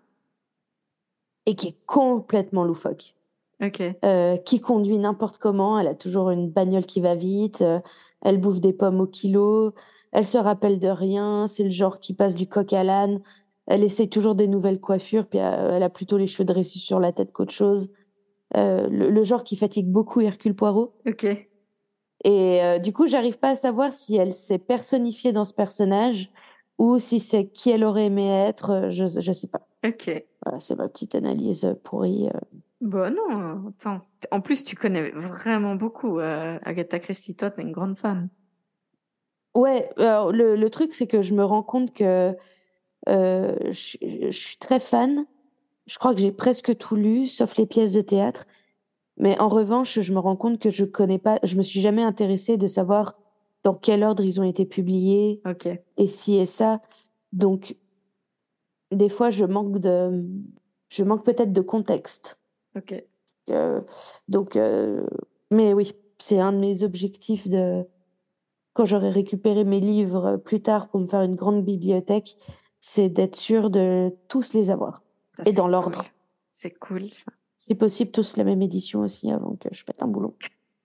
et qui est complètement loufoque. Ok. Euh, qui conduit n'importe comment, elle a toujours une bagnole qui va vite, euh, elle bouffe des pommes au kilo, elle se rappelle de rien, c'est le genre qui passe du coq à l'âne, elle essaie toujours des nouvelles coiffures, puis euh, elle a plutôt les cheveux dressés sur la tête qu'autre chose. Euh, le, le genre qui fatigue beaucoup Hercule Poirot. Ok. Et euh, du coup, j'arrive pas à savoir si elle s'est personnifiée dans ce personnage ou si c'est qui elle aurait aimé être, euh, je, je sais pas. Ok. Voilà, c'est ma petite analyse euh, pourrie. euh. Bon, non, attends. En plus, tu connais vraiment beaucoup euh, Agatha Christie. Toi, t'es une grande fan. Ouais, alors, le, le truc, c'est que je me rends compte que euh, je, je suis très fan. Je crois que j'ai presque tout lu, sauf les pièces de théâtre. Mais en revanche, je me rends compte que je connais pas, je me suis jamais intéressée de savoir dans quel ordre ils ont été publiés Ok. et si et ça. Donc, des fois, je manque de, je manque peut-être de contexte. Ok. Euh, donc, euh, mais oui, c'est un de mes objectifs de, quand j'aurai récupéré mes livres plus tard pour me faire une grande bibliothèque, c'est d'être sûr de tous les avoir. Ça, Et c'est dans cool. l'ordre. C'est cool, ça. Si possible, tous la même édition aussi avant que je pète un boulon.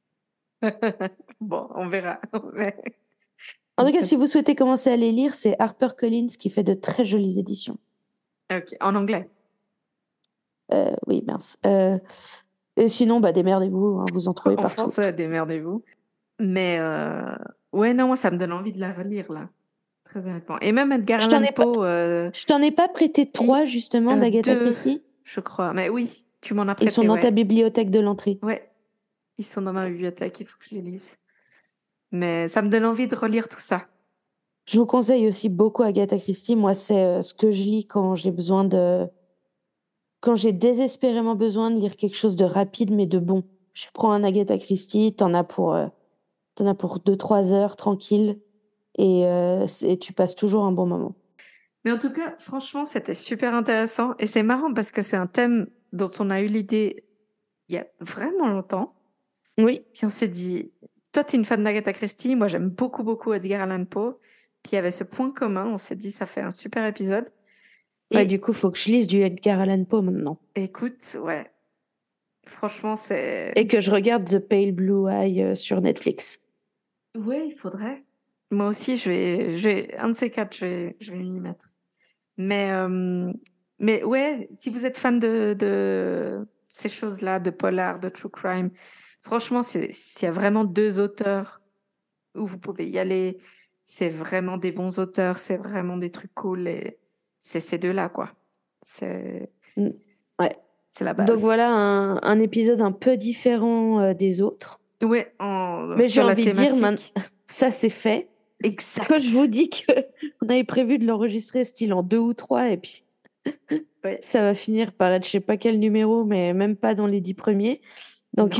Bon, on verra. On verra. En tout cas, si vous souhaitez commencer à les lire, c'est HarperCollins qui fait de très jolies éditions. Ok. En anglais. Euh, oui, mince. Euh, et sinon, bah, démerdez-vous, hein, vous en trouvez En partout. français, démerdez-vous. Mais euh, ouais, non, moi, ça me donne envie de la relire, là. Très honnêtement. Et même Edgar Je t'en Allan ai pas, Poe, euh, je t'en ai pas prêté si, trois, justement, euh, d'Agatha deux, Christie. je crois. Mais oui, tu m'en as Ils sont prêté, dans ta ouais. bibliothèque de l'entrée. Ouais, ils sont dans ma bibliothèque, il faut que je les lise. Mais ça me donne envie de relire tout ça. Je vous conseille aussi beaucoup Agatha Christie. Moi, c'est euh, ce que je lis quand j'ai besoin de, quand j'ai désespérément besoin de lire quelque chose de rapide mais de bon. Je prends un Agatha Christie, t'en as pour, euh, t'en as pour deux, trois heures tranquille et, euh, c'est- et tu passes toujours un bon moment. Mais en tout cas, franchement, c'était super intéressant. Et c'est marrant parce que c'est un thème dont on a eu l'idée il y a vraiment longtemps. Oui. Puis on s'est dit, toi, tu es une fan d'Agatha Christie, moi, j'aime beaucoup, beaucoup Edgar Allan Poe. Puis il y avait ce point commun, on s'est dit, ça fait un super épisode. Ouais, Et du coup, faut que je lise du Edgar Allan Poe maintenant. écoute, ouais, franchement, c'est... Et que je regarde The Pale Blue Eye euh, sur Netflix. Ouais, il faudrait. Moi aussi, je vais, je vais, un de ces quatre, je vais, je vais m'y mettre. Mais, euh, mais ouais, si vous êtes fan de, de ces choses-là, de polar, de true crime, franchement, c'est, s'il y a vraiment deux auteurs où vous pouvez y aller, c'est vraiment des bons auteurs, c'est vraiment des trucs cool et c'est ces deux-là, quoi. C'est, Mm. Ouais. c'est la Donc base. voilà un, un épisode un peu différent euh, des autres. Ouais, en, Mais j'ai sur la envie de dire, man- thématique. ça c'est fait. Quand je vous Exact. dis que on avait prévu de l'enregistrer style en deux ou trois, et puis Ouais. ça va finir par être je sais pas quel numéro, mais même pas dans les dix premiers. Donc Non.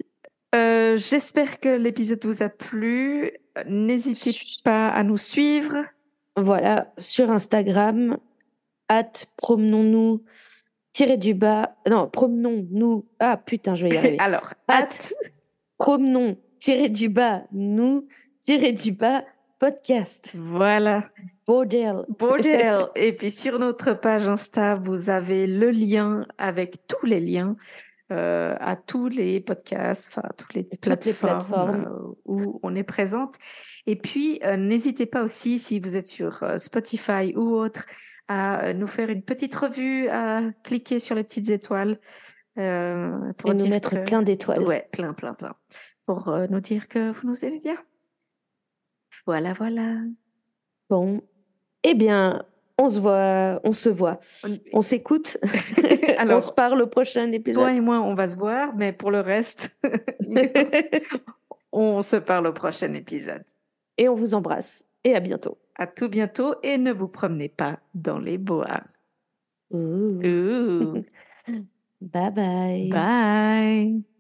Euh, j'espère que l'épisode vous a plu. N'hésitez su- pas à nous suivre. voilà, sur Instagram, at promenons-nous, tiré du bas, non, promenons-nous, ah putain, je vais y arriver. Alors, at, at promenons, tiré du bas, nous, tiré du bas, podcast. Voilà. Bordel. Bordel. Et puis sur notre page Insta, vous avez le lien avec tous les liens euh, à tous les podcasts, enfin à toutes les Toutes plateformes, les plateformes. euh, où on est présente. Et puis, euh, n'hésitez pas aussi, si vous êtes sur euh, Spotify ou autre, à euh, nous faire une petite revue, à cliquer sur les petites étoiles. Euh, pour Et nous dire mettre que... plein d'étoiles. Ouais, plein, plein, plein. Pour euh, nous dire que vous nous aimez bien. Voilà, voilà. Bon, eh bien, on se voit, on se voit, On- on s'écoute, Alors, on se parle au prochain épisode. toi et moi, on va se voir, mais pour le reste, on se parle au prochain épisode. Et on vous embrasse. Et à bientôt. À tout bientôt et ne vous promenez pas dans les bois. Ouh. Ooh. Bye bye. Bye.